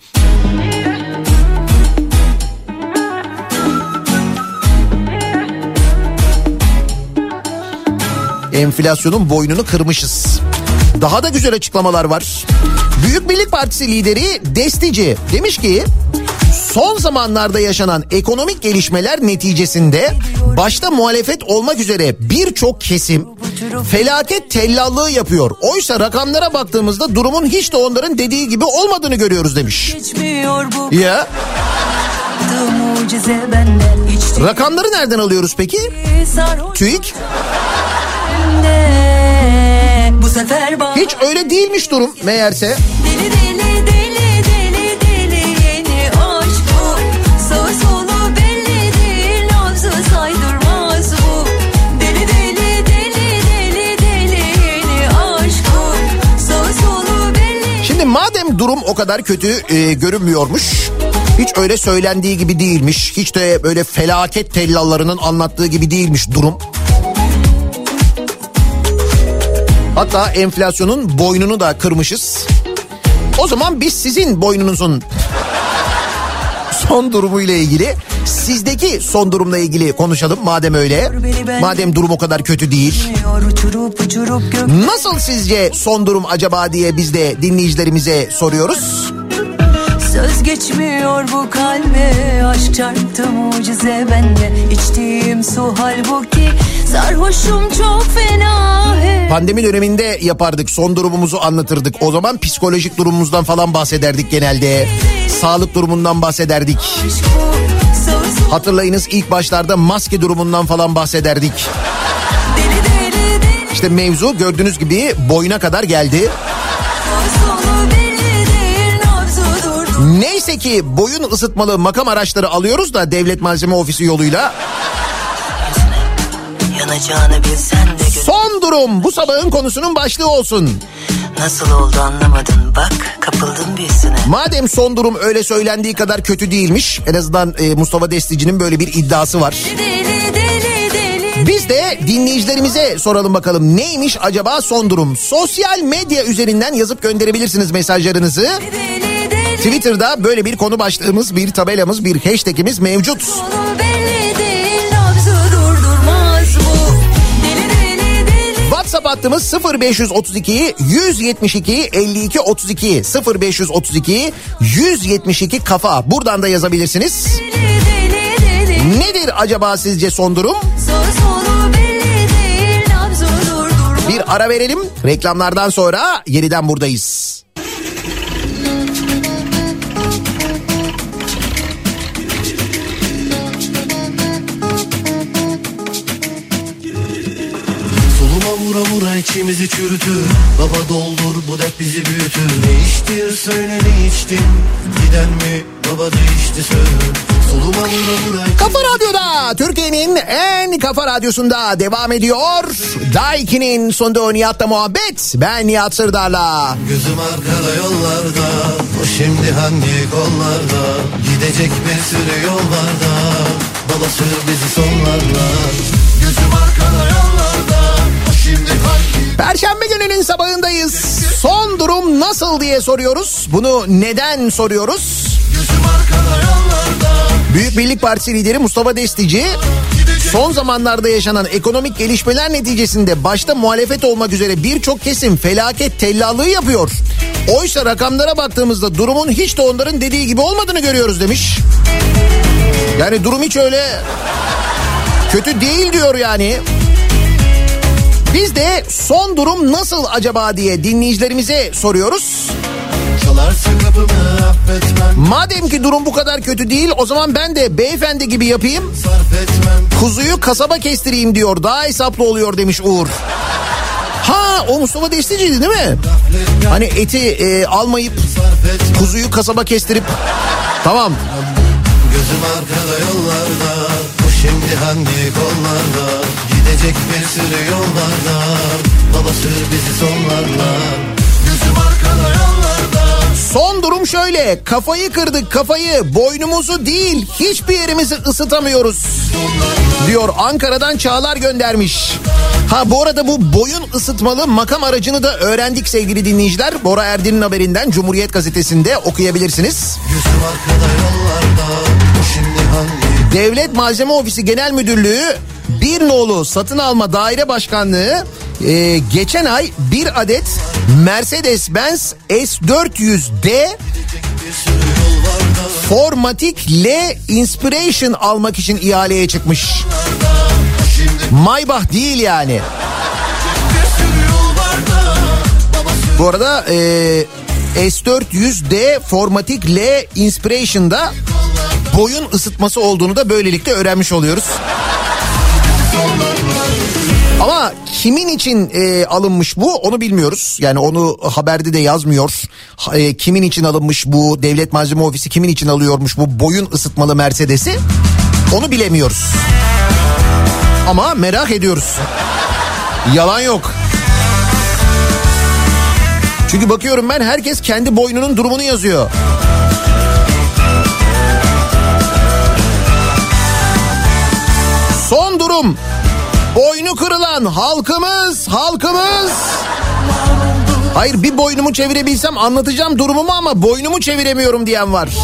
Enflasyonun boynunu kırmışız. Daha da güzel açıklamalar var. Büyük Birlik Partisi lideri Destici demiş ki son zamanlarda yaşanan ekonomik gelişmeler neticesinde başta muhalefet olmak üzere birçok kesim felaket tellallığı yapıyor. Oysa rakamlara baktığımızda durumun hiç de onların dediği gibi olmadığını görüyoruz demiş. Ya. Rakamları nereden alıyoruz peki? TÜİK. Bu sefer hiç öyle değilmiş durum meğerse. Deli deli deli deli deli yeni aşk bu. Sağı solu belli değil, nabzı saydırmaz bu. Deli deli deli deli deli yeni aşk bu. Sağı solu belli. Şimdi madem durum o kadar kötü görünmüyormuş, hiç öyle söylendiği gibi değilmiş, hiç de böyle felaket tellallarının anlattığı gibi değilmiş durum. Hatta enflasyonun boynunu da kırmışız. O zaman biz sizin boynunuzun son durumu ile ilgili, sizdeki son durumla ilgili konuşalım madem öyle. Madem durum o kadar kötü değil. Nasıl sizce son durum acaba diye biz de dinleyicilerimize soruyoruz. Söz geçmiyor bu kalbe, aşk çarptı mucize bende. İçtiğim su halbuki sarhoşum çok fena. Pandemi döneminde yapardık, son durumumuzu anlatırdık. O zaman psikolojik durumumuzdan falan bahsederdik genelde. Sağlık durumundan bahsederdik. Hatırlayınız ilk başlarda maske durumundan falan bahsederdik. İşte mevzu gördüğünüz gibi boyuna kadar geldi. Neyse ki boyun ısıtmalı makam araçları alıyoruz da devlet malzeme ofisi yoluyla. Son durum bu sabahın konusunun başlığı olsun. Nasıl oldu anlamadın, bak kapıldın birisine. Madem son durum öyle söylendiği kadar kötü değilmiş, en azından Mustafa Destici'nin böyle bir iddiası var. Biz de dinleyicilerimize soralım bakalım neymiş acaba son durum. Sosyal medya üzerinden yazıp gönderebilirsiniz mesajlarınızı. Twitter'da böyle bir konu başlığımız, bir tabelamız, bir hashtagimiz mevcut. WhatsApp hattımız 0532 172 52 32 0532 172 kafa. Buradan da yazabilirsiniz. Nedir acaba sizce son durum? Bir ara verelim. Reklamlardan sonra yeniden buradayız. Vura vura içimizi çürütür. Baba doldur bu dert bizi büyütür. Ne içtir söyle ne içtin. Giden mi baba değişti söyle. Soluma vura vura. Kafa Radyo'da, Türkiye'nin en kafa radyosunda devam ediyor. Daiki'nin sonunda Nihat'la muhabbet. Ben Nihat Sırdar'la. Gözüm arkada yollarda. O şimdi hangi kollarda. Gidecek bir sürü yol var da. Baba sür bizi sonlarla. Gözüm arkada yollarda. Perşembe gününün sabahındayız. Son durum nasıl diye soruyoruz. Bunu neden soruyoruz? Büyük Birlik Partisi lideri Mustafa Destici son zamanlarda yaşanan ekonomik gelişmeler neticesinde başta muhalefet olmak üzere birçok kesim felaket tellallığı yapıyor. Oysa rakamlara baktığımızda durumun hiç de onların dediği gibi olmadığını görüyoruz demiş. Yani durum hiç öyle kötü değil diyor yani. Biz de son durum nasıl acaba diye dinleyicilerimize soruyoruz. Madem ki durum bu kadar kötü değil, o zaman ben de beyefendi gibi yapayım. Kuzuyu kasaba kestireyim diyor. Daha hesaplı oluyor demiş Uğur. Ha, o Mustafa Destici'ydi değil mi? Hani eti almayıp kuzuyu kasaba kestirip. Tamam. Gözüm arkada yollarda. O şimdi hangi kollarda. Gidecek bir sürü yollarda. Baba sür bizi sonlarla. Gözüm arkada yollarda. Son durum şöyle. Kafayı kırdık, kafayı. Boynumuzu değil, hiçbir yerimizi ısıtamıyoruz diyor. Ankara'dan Çağlar göndermiş. Ha bu arada bu boyun ısıtmalı makam aracını da öğrendik sevgili dinleyiciler. Bora Erdin'in haberinden Cumhuriyet Gazetesi'nde okuyabilirsiniz. Devlet Malzeme Ofisi Genel Müdürlüğü Bir Nolu Satın Alma Daire Başkanlığı geçen ay bir adet Mercedes-Benz S400D Formatic L Inspiration almak için ihaleye çıkmış. Maybach değil yani. Bu arada S400D Formatic L Inspiration'da boyun ısıtması olduğunu da böylelikle öğrenmiş oluyoruz. Ama kimin için alınmış bu onu bilmiyoruz. Yani onu haberde de yazmıyor. Kimin için alınmış bu, Devlet Malzeme Ofisi kimin için alıyormuş bu boyun ısıtmalı Mercedes'i onu bilemiyoruz. Ama merak ediyoruz. Yalan yok. Çünkü bakıyorum ben herkes kendi boynunun durumunu yazıyor. Son durum. Boynu kırılan halkımız. Hayır bir boynumu çevirebilsem anlatacağım durumumu ama boynumu çeviremiyorum diyen var.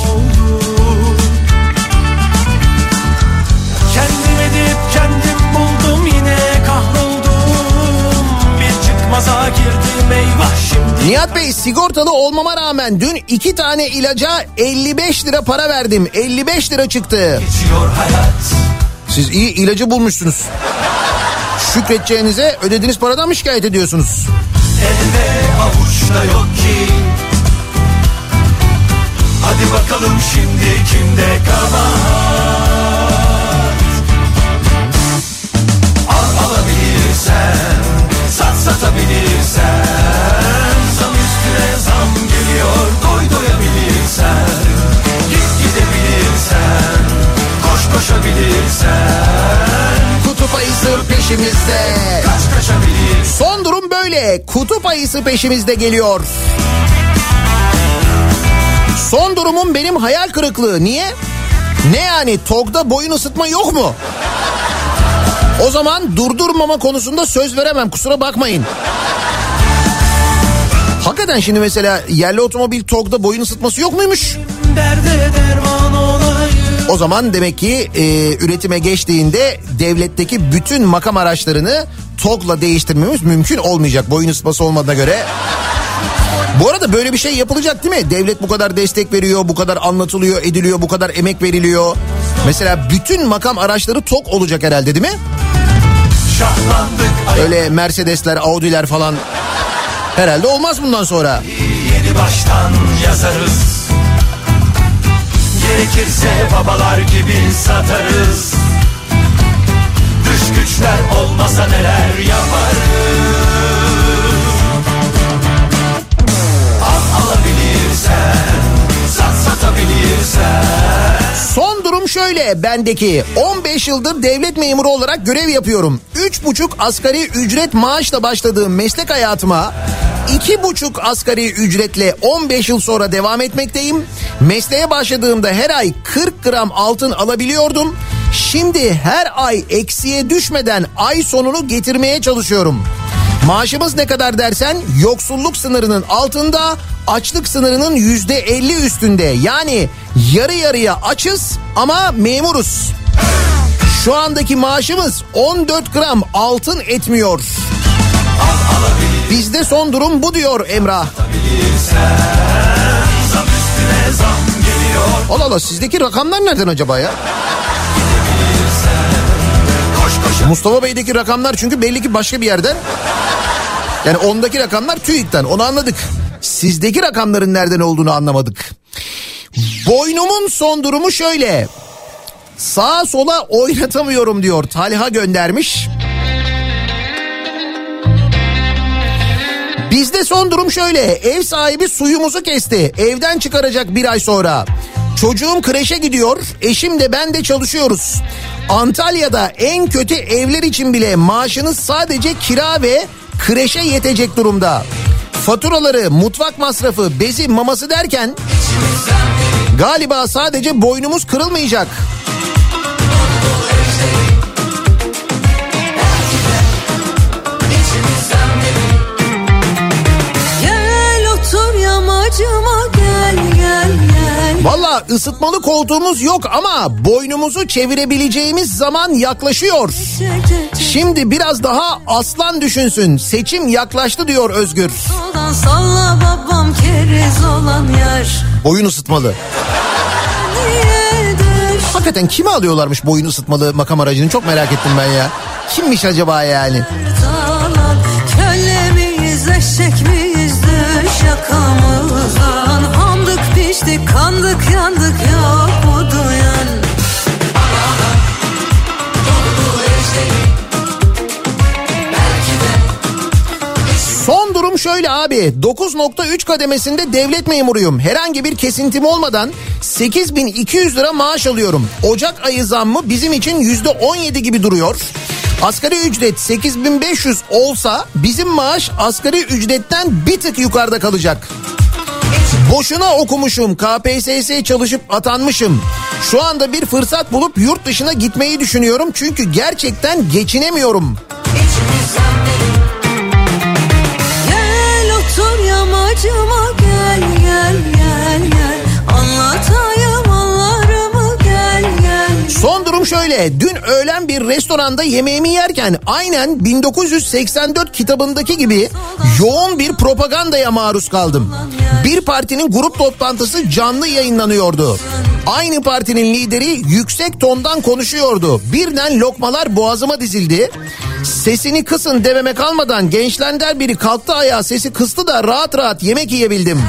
Kendim edip kendim buldum yine kahroldum. Bir çıkmaza girdim eyvah şimdi. Nihat Bey sigortalı olmama rağmen dün 2 tane ilaca 55 lira para verdim. 55 lira çıktı. Geçiyor hayat. Siz iyi ilacı bulmuşsunuz. Şükredeceğinize ödediğiniz paradan mı şikayet ediyorsunuz? Elde avuçta yok ki. Hadi bakalım şimdi kimde kabahat. Al alabilirsen, sat satabilirsen, zam üstüne zam geliyor, doy doyabilirsen, git gidebilirsen, koş koşabilirsen. Kutup ayısı peşimizde. Kaç kaçabilir. Son durum böyle. Kutup ayısı peşimizde geliyor. Son durumum benim hayal kırıklığı. Niye? Ne yani TOG'da boyun ısıtma yok mu? O zaman durdurmama konusunda söz veremem, kusura bakmayın. Hakikaten şimdi mesela yerli otomobil TOG'da boyun ısıtması yok muymuş? Derde derman olayım. O zaman demek ki üretime geçtiğinde devletteki bütün makam araçlarını TOG'la değiştirmemiz mümkün olmayacak boyun ısıtması olmadığına göre. Bu arada böyle bir şey yapılacak değil mi? Devlet bu kadar destek veriyor, bu kadar anlatılıyor, ediliyor, bu kadar emek veriliyor. Mesela bütün makam araçları TOG olacak herhalde değil mi? Öyle Mercedesler, Audi'ler falan herhalde olmaz bundan sonra. Yeni baştan yazarız. Gerekirse babalar gibi satarız. Dış güçler olmasa neler yaparız. Al alabilirsen, sat satabilirsen. Son durum şöyle bendeki. 15 yıldır devlet memuru olarak görev yapıyorum. 3,5 asgari ücret maaşla başladığım meslek hayatıma 2,5 asgari ücretle 15 yıl sonra devam etmekteyim. Mesleğe başladığımda her ay 40 gram altın alabiliyordum. Şimdi her ay eksiye düşmeden ay sonunu getirmeye çalışıyorum. Maaşımız ne kadar dersen yoksulluk sınırının altında, açlık sınırının %50 üstünde. Yani yarı yarıya açız ama memuruz. Şu andaki maaşımız 14 gram altın etmiyor. Bizde son durum bu diyor Emrah. Allah Allah, sizdeki rakamlar nereden acaba ya? Mustafa Bey'deki rakamlar çünkü belli ki başka bir yerden. Yani ondaki rakamlar TÜİK'ten, onu anladık. Sizdeki rakamların nereden olduğunu anlamadık. Boynumun son durumu şöyle. Sağa sola oynatamıyorum diyor. Talha göndermiş. Bizde son durum şöyle. Ev sahibi suyumuzu kesti. Evden çıkaracak bir ay sonra. Çocuğum kreşe gidiyor. Eşim de ben de çalışıyoruz. Antalya'da en kötü evler için bile maaşınız sadece kira ve kreşe yetecek durumda. Faturaları, mutfak masrafı, bezi, maması derken galiba sadece boynumuz kırılmayacak. Valla ısıtmalı koltuğumuz yok ama boynumuzu çevirebileceğimiz zaman yaklaşıyor. Şimdi biraz daha aslan düşünsün. Seçim yaklaştı diyor Özgür. Salla babam keriz olan yer. Boyun ısıtmalı. Hakikaten kime alıyorlarmış boyun ısıtmalı makam aracını, çok merak ettim ben ya. Kimmiş acaba yani? Köle miyiz eşek miyiz düş yakamızdan. Hamdık piştik kandık yandık yok bu duyan. Son durum şöyle abi, 9.3 kademesinde devlet memuruyum. Herhangi bir kesintim olmadan 8.200 lira maaş alıyorum. Ocak ayı zammı bizim için %17 gibi duruyor. Asgari ücret 8.500 olsa bizim maaş asgari ücretten bir tık yukarıda kalacak. Boşuna okumuşum, KPSS çalışıp atanmışım. Şu anda bir fırsat bulup yurt dışına gitmeyi düşünüyorum çünkü gerçekten geçinemiyorum. Gel otur yamacıma gel gel gel gel. Anlatayım anlarımı gel gel. Son durum şöyle. Dün öğlen bir restoranda yemeğimi yerken aynen 1984 kitabındaki gibi yoğun bir propagandaya maruz kaldım. Bir partinin grup toplantısı canlı yayınlanıyordu. Aynı partinin lideri yüksek tondan konuşuyordu. Birden lokmalar boğazıma dizildi. Sesini kısın dememe kalmadan gençlerden biri kalktı ayağa, sesi kıstı da rahat rahat yemek yiyebildim.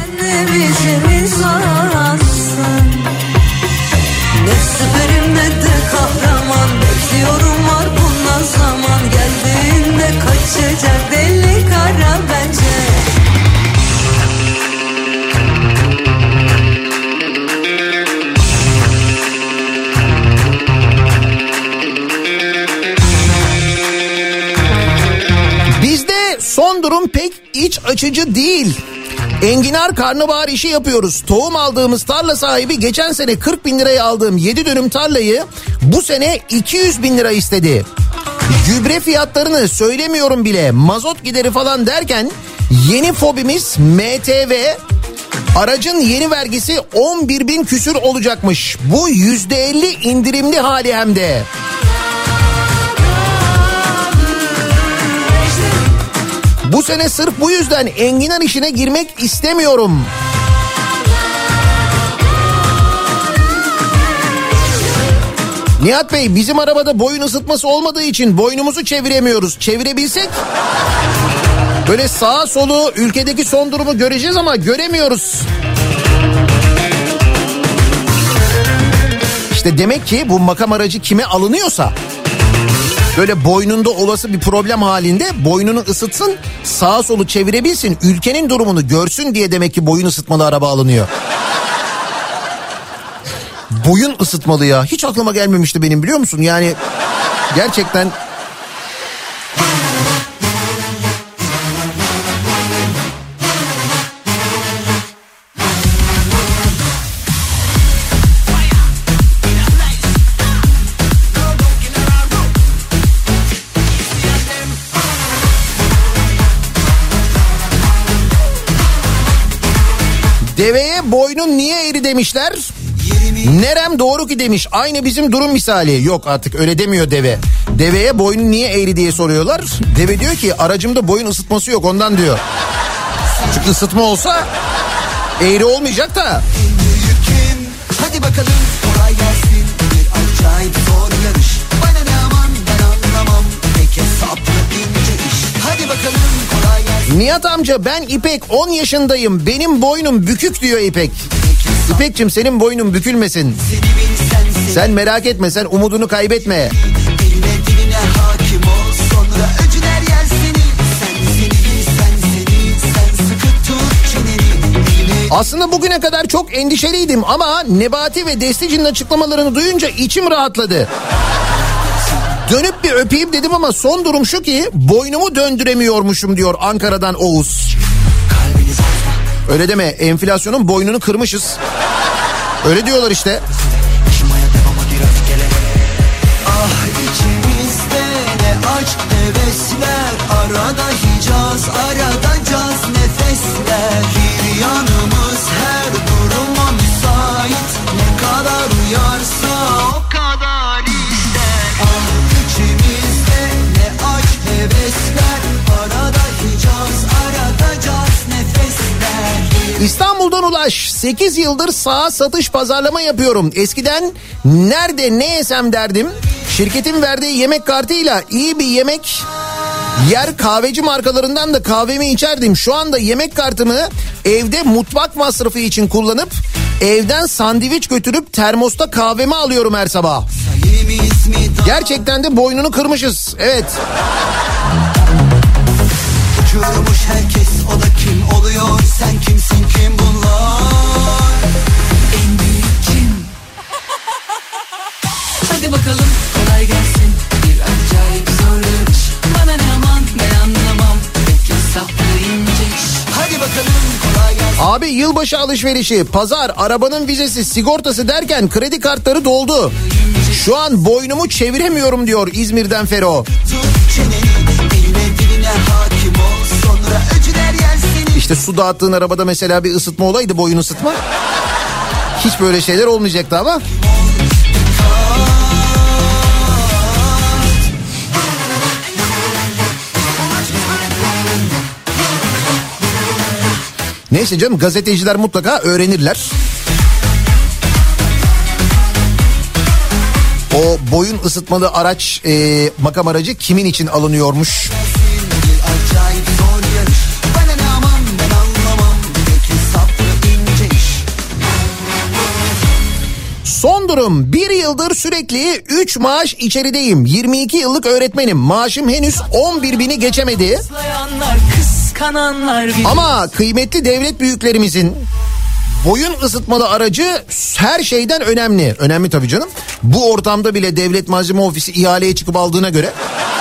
Ne süperim ne de kahraman, bekliyorum var bundan zaman. Geldiğinde kaçacak deli kara bence. Bizde son durum pek iç açıcı değil. Enginar karnabahar işi yapıyoruz. Tohum aldığımız tarla sahibi geçen sene 40 bin liraya aldığım 7 dönüm tarlayı bu sene 200 bin lira istedi. Gübre fiyatlarını söylemiyorum bile, mazot gideri falan derken yeni fobimiz MTV. Aracın yeni vergisi 11 bin küsür olacakmış. Bu %50 indirimli hali hem de. Bu sene sırf bu yüzden enginar işine girmek istemiyorum. Nihat Bey, bizim arabada boyun ısıtması olmadığı için boynumuzu çeviremiyoruz. Çevirebilsek böyle sağa solu ülkedeki son durumu göreceğiz ama göremiyoruz. İşte demek ki bu makam aracı kime alınıyorsa böyle boynunda olası bir problem halinde boynunu ısıtsın, sağa solu çevirebilsin, ülkenin durumunu görsün diye demek ki boyun ısıtmalı araba alınıyor. Boyun ısıtmalı ya, hiç aklıma gelmemişti benim, biliyor musun? Yani gerçekten... Deveye boynun niye eğri demişler. Nerem doğru ki demiş. Aynı bizim durum misali. Yok artık öyle demiyor deve. Deveye boynun niye eğri diye soruyorlar. Deve diyor ki aracımda boyun ısıtması yok ondan diyor. Çünkü ısıtma olsa eğri olmayacak da. Hadi bakalım kolay gelsin. Bir acayip zor yarış. Bana ne aman ben anlamam. Pek hesaplı ince iş. Hadi bakalım kolay gelsin. Nihat amca ben İpek 10 yaşındayım. Benim boynum bükük diyor İpek. İpek'cim senin boynun bükülmesin. Sen merak etme, sen umudunu kaybetme. Eline diline hakim ol. Sonra öcüler yer seni. Sen sıkı tut çeneni. Aslında bugüne kadar çok endişeliydim ama Nebati ve Destici'nin açıklamalarını duyunca içim rahatladı. Dönüp bir öpeyim dedim ama son durum şu ki boynumu döndüremiyormuşum diyor Ankara'dan Oğuz. Öyle deme, enflasyonun boynunu kırmışız. Öyle diyorlar işte. Ah içimizde ne aşk hevesler. Arada Hicaz arada caz nefesler. Bir yanımız her duruma müsait. Ne İstanbul'dan Ulaş. 8 yıldır sağa satış pazarlama yapıyorum. Eskiden nerede ne yesem derdim. Şirketin verdiği yemek kartıyla iyi bir yemek yer, kahveci markalarından da kahvemi içerdim. Şu anda yemek kartımı evde mutfak masrafı için kullanıp evden sandviç götürüp termosta kahvemi alıyorum her sabah. Gerçekten de boynunu kırmışız. Evet. Uçurmuş herkes, o da kim oluyor, sen kimsin, kim bunlar? En büyük kim? Hadi bakalım kolay gelsin. Bir acayip zor iş. Bana ne aman ben anlamam. Pek hesaplı ince iş. Hadi bakalım kolay gelsin. Abi yılbaşı alışverişi, pazar, arabanın vizesi, sigortası derken kredi kartları doldu. Şu an boynumu çeviremiyorum diyor İzmir'den Fero. Tut çeneni, eline diline hakim ol, sonra öcüler yersin. İşte su dağıttığın arabada mesela bir ısıtma olaydı, boyun ısıtma. Hiç böyle şeyler olmayacaktı ama. Neyse canım, gazeteciler mutlaka öğrenirler. O boyun ısıtmalı araç, makam aracı kimin için alınıyormuş? Son durum, bir yıldır sürekli 3 maaş içerideyim. 22 yıllık öğretmenim. Maaşım henüz 11.000'i geçemedi. Ama kıymetli devlet büyüklerimizin boyun ısıtmalı aracı her şeyden önemli. Önemli tabii canım. Bu ortamda bile Devlet Malzeme Ofisi ihaleye çıkıp aldığına göre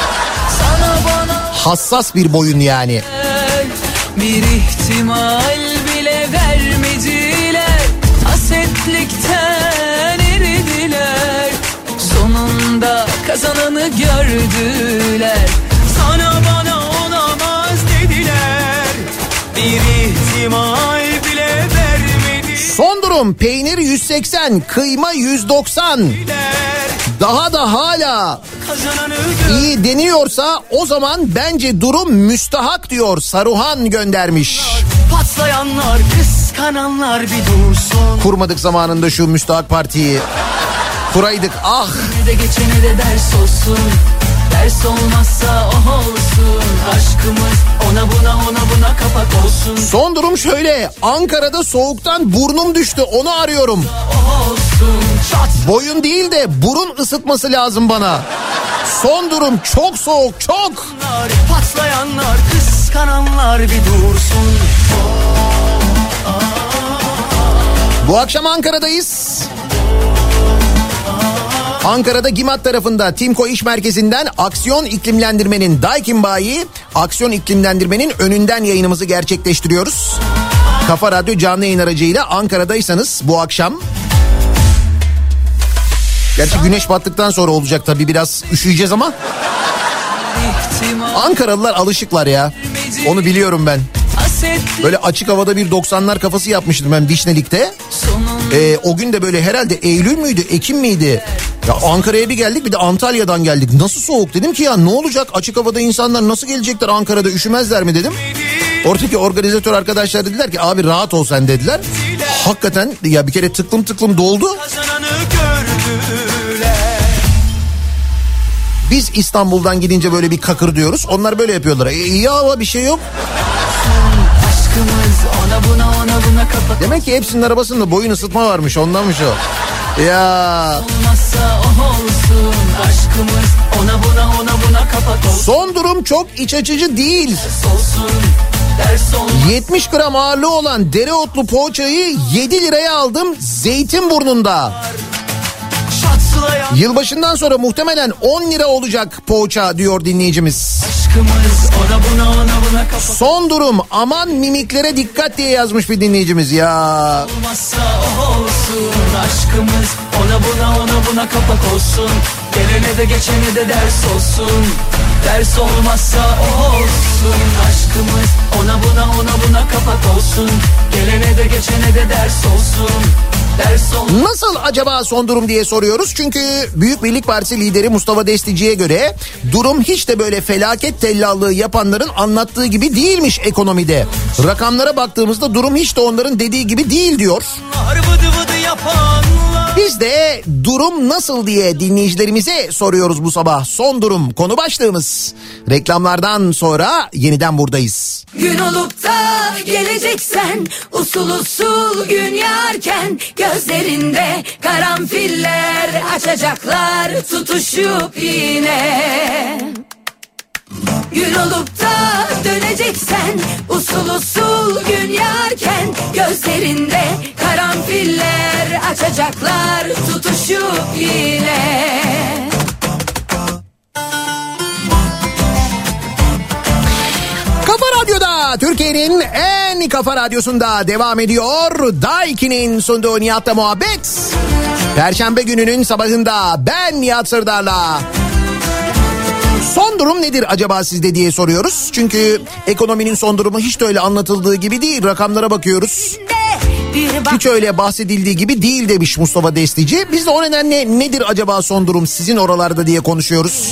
hassas bir boyun yani. Bir ihtimal bile vermediler. Hasetlikten eridiler. Sonunda kazananı gördüler. Sana bana olamaz dediler. Bir ihtimal bile vermediler. Son durum, peynir 180, kıyma 190. Daha da hala iyi deniyorsa o zaman bence durum müstahak diyor Saruhan göndermiş. Patlayanlar, kıskananlar bir dursun. Kurmadık zamanında şu müstahak partiyi. Kuraydık ah. Ne de geçene de ders olsun. Ders olmazsa o olsun. Aşkımız ona buna kapak olsun. Son durum şöyle. Ankara'da soğuktan burnum düştü. Onu arıyorum. Boyun değil de burun ısıtması lazım bana. Son durum çok soğuk, çok. Patlayanlar, kıskananlar bir dursun. Bu akşam Ankara'dayız. Ankara'da Gimat tarafında Timko İş Merkezi'nden Aksiyon İklimlendirme'nin Daikin Bayi Aksiyon İklimlendirme'nin önünden yayınımızı gerçekleştiriyoruz. Kafa Radyo canlı yayın aracıyla Ankara'daysanız bu akşam. Gerçi güneş battıktan sonra olacak tabii, biraz üşüyeceğiz ama. Ankaralılar alışıklar ya. Onu biliyorum ben. Böyle açık havada bir 90'lar kafası yapmıştım ben Vişnelik'te. O gün de böyle herhalde Eylül müydü, Ekim miydi? Ya Ankara'ya bir geldik, bir de Antalya'dan geldik. Nasıl soğuk, dedim ki ya ne olacak, açık havada insanlar nasıl gelecekler Ankara'da, üşümezler mi dedim. Oradaki organizatör arkadaşlar dediler ki abi rahat ol sen dediler. Hakikaten ya bir kere tıklım doldu. Biz İstanbul'dan gidince böyle bir kakır diyoruz. Onlar böyle yapıyorlar. İyi hava, bir şey yok. Ona kapak. Demek ki hepsinin arabasında boyun ısıtma varmış, ondanmış o. Ya. Olmazsa o olsun. Aşkımız ona buna kapak olsun. Son durum çok iç açıcı değil. Olsun. 70 gram ağırlığı olan dereotlu poğaçayı 7 liraya aldım Zeytinburnu'nda. Yılbaşından sonra muhtemelen 10 lira olacak poğaça diyor dinleyicimiz. Son durum, aman mimiklere dikkat diye yazmış bir dinleyicimiz ya. Olmazsa o olsun. Aşkımız ona buna kapak olsun. Gelene de geçene de ders olsun. Ders olmazsa o olsun. Aşkımız ona buna kapak olsun. Gelene de geçene de ders olsun. Ders olmazsa Nasıl acaba son durum diye soruyoruz. Çünkü Büyük Birlik Partisi lideri Mustafa Destici'ye göre durum hiç de böyle felaket tellallığı yapanların anlattığı gibi değilmiş ekonomide. Rakamlara baktığımızda durum hiç de onların dediği gibi değil diyor. Biz de durum nasıl diye dinleyicilerimize soruyoruz bu sabah. Son durum konu başlığımız. Reklamlardan sonra yeniden buradayız. Gün olup da geleceksen usul usul gün yarken gözlerinde karanfiller açacaklar tutuşup yine. Gün olup da döneceksen usul usul gün yarken gözlerinde karanfiller açacaklar tutuşup yine. Kafa Radyo'da, Türkiye'nin en kafa radyosunda devam ediyor. Daiki'nin sunduğu Nihat'la muhabbet. Perşembe gününün sabahında ben Nihat Sırdar'la. Son durum nedir acaba sizde diye soruyoruz. Çünkü ekonominin son durumu hiç de öyle anlatıldığı gibi değil. Rakamlara bakıyoruz. Hiç öyle bahsedildiği gibi değil demiş Mustafa Destici. Biz de o nedenle nedir acaba son durum sizin oralarda diye konuşuyoruz.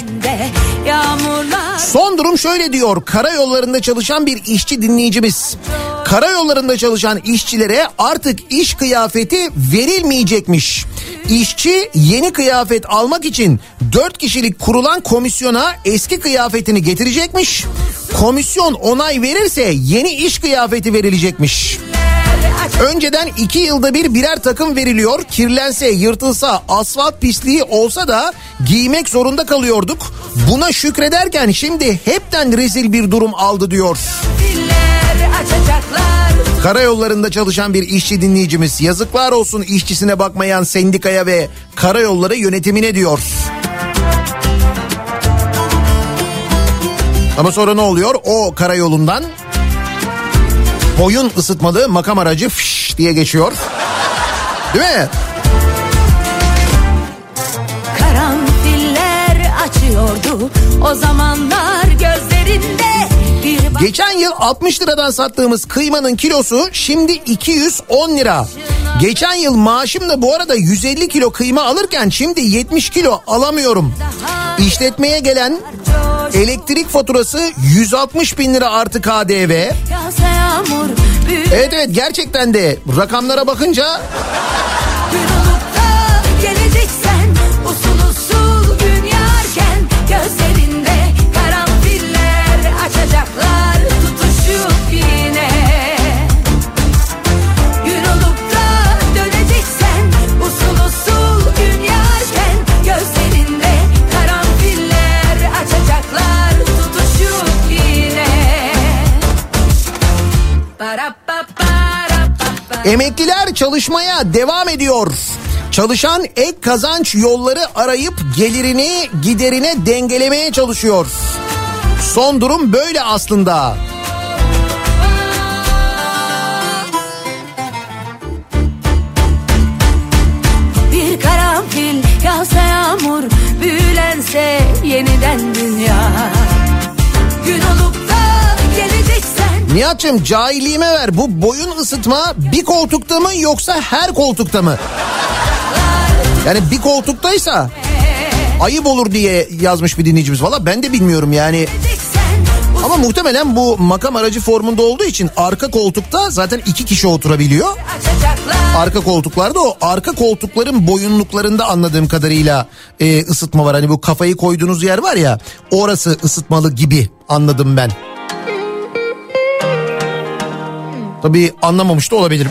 Son durum şöyle diyor. Karayollarında çalışan bir işçi dinleyicimiz. Karayollarında çalışan işçilere artık iş kıyafeti verilmeyecekmiş. İşçi yeni kıyafet almak için 4 kişilik kurulan komisyona eski kıyafetini getirecekmiş. Komisyon onay verirse yeni iş kıyafeti verilecekmiş. Önceden 2 yılda birer takım veriliyor. Kirlense, yırtılsa, asfalt pisliği olsa da giymek zorunda kalıyorduk. Buna şükrederken şimdi hepten rezil bir durum aldı diyor. Karayollarında çalışan bir işçi dinleyicimiz. Yazıklar olsun işçisine bakmayan sendikaya ve karayolları yönetimine diyor. Ama sonra ne oluyor? O karayolundan boyun ısıtmalı makam aracı fış diye geçiyor. Değil mi? Karanfiller açıyordu o zamanlar gözlerinde. Geçen yıl 60 liradan sattığımız kıymanın kilosu şimdi 210 lira. Geçen yıl maaşımla bu arada 150 kilo kıyma alırken şimdi 70 kilo alamıyorum. İşletmeye gelen elektrik faturası 160 bin lira artı KDV. Evet gerçekten de rakamlara bakınca... Geleceksen usul usul gün yarken gözlerinde karanfiller açacaklar tutuşup yine. Gün olup da döneceksen usul usul gün yarken gözlerinde karanfiller açacaklar tutuşup yine. Emekliler çalışmaya devam ediyor. Çalışan ek kazanç yolları arayıp gelirini giderine dengelemeye çalışıyor. Son durum böyle aslında. Bir karanfil yağsa yağmur, büyülense yeniden dünya. Gün olup da geleceksen. Nihat'cığım cahilliğime ver, bu boyun ısıtma bir koltukta mı yoksa her koltukta mı? Yani bir koltuktaysa ayıp olur diye yazmış bir dinleyicimiz. Valla ben de bilmiyorum yani. Ama muhtemelen bu makam aracı formunda olduğu için arka koltukta zaten 2 kişi oturabiliyor. Arka koltuklarda o arka koltukların boyunluklarında anladığım kadarıyla ısıtma var. Hani bu kafayı koyduğunuz yer var ya, orası ısıtmalı gibi anladım ben. Tabii anlamamış da olabilirim.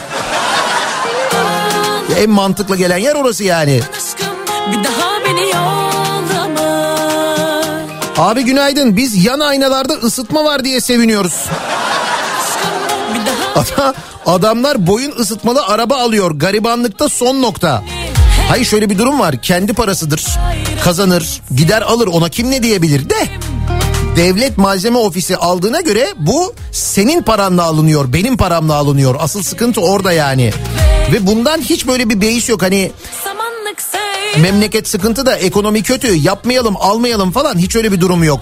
En mantıklı gelen yer orası yani. Bir daha beni yollama. Abi günaydın, biz yan aynalarda ısıtma var diye seviniyoruz. Adamlar boyun ısıtmalı araba alıyor, garibanlıkta son nokta. Hayır şöyle bir durum var, kendi parasıdır, kazanır gider alır, ona kim ne diyebilir de. Devlet malzeme ofisi aldığına göre bu senin paranla alınıyor, benim paramla alınıyor. Asıl sıkıntı orada yani. Ve bundan hiç böyle bir beis yok. Hani memleket sıkıntı da ekonomi kötü, yapmayalım almayalım falan, hiç öyle bir durum yok.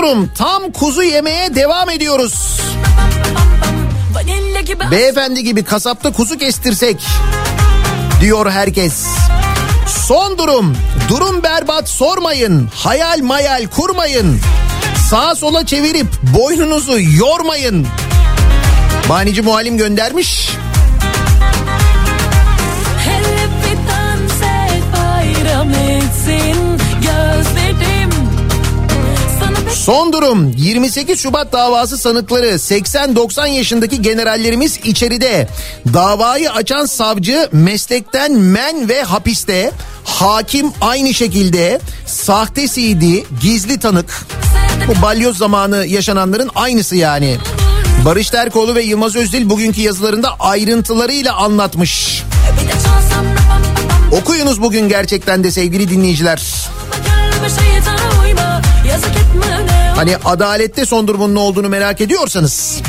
durum tam kuzu yemeye devam ediyoruz. Beyefendi gibi kasapta kuzu kestirsek diyor herkes. Son durum berbat, sormayın, hayal mayal kurmayın, sağa sola çevirip boynunuzu yormayın. Manici muallim göndermiş. Hele bir dans et, bayram etsin gözlerim. Son durum 28 Şubat davası sanıkları 80-90 yaşındaki generallerimiz içeride. Davayı açan savcı meslekten men ve hapiste. Hakim aynı şekilde. Sahte CD, gizli tanık. Bu balyoz zamanı yaşananların aynısı yani. Barış Terkoğlu ve Yılmaz Özdil bugünkü yazılarında ayrıntılarıyla anlatmış. Okuyunuz bugün gerçekten de sevgili dinleyiciler. Hani adalette son durumun ne olduğunu merak ediyorsanız.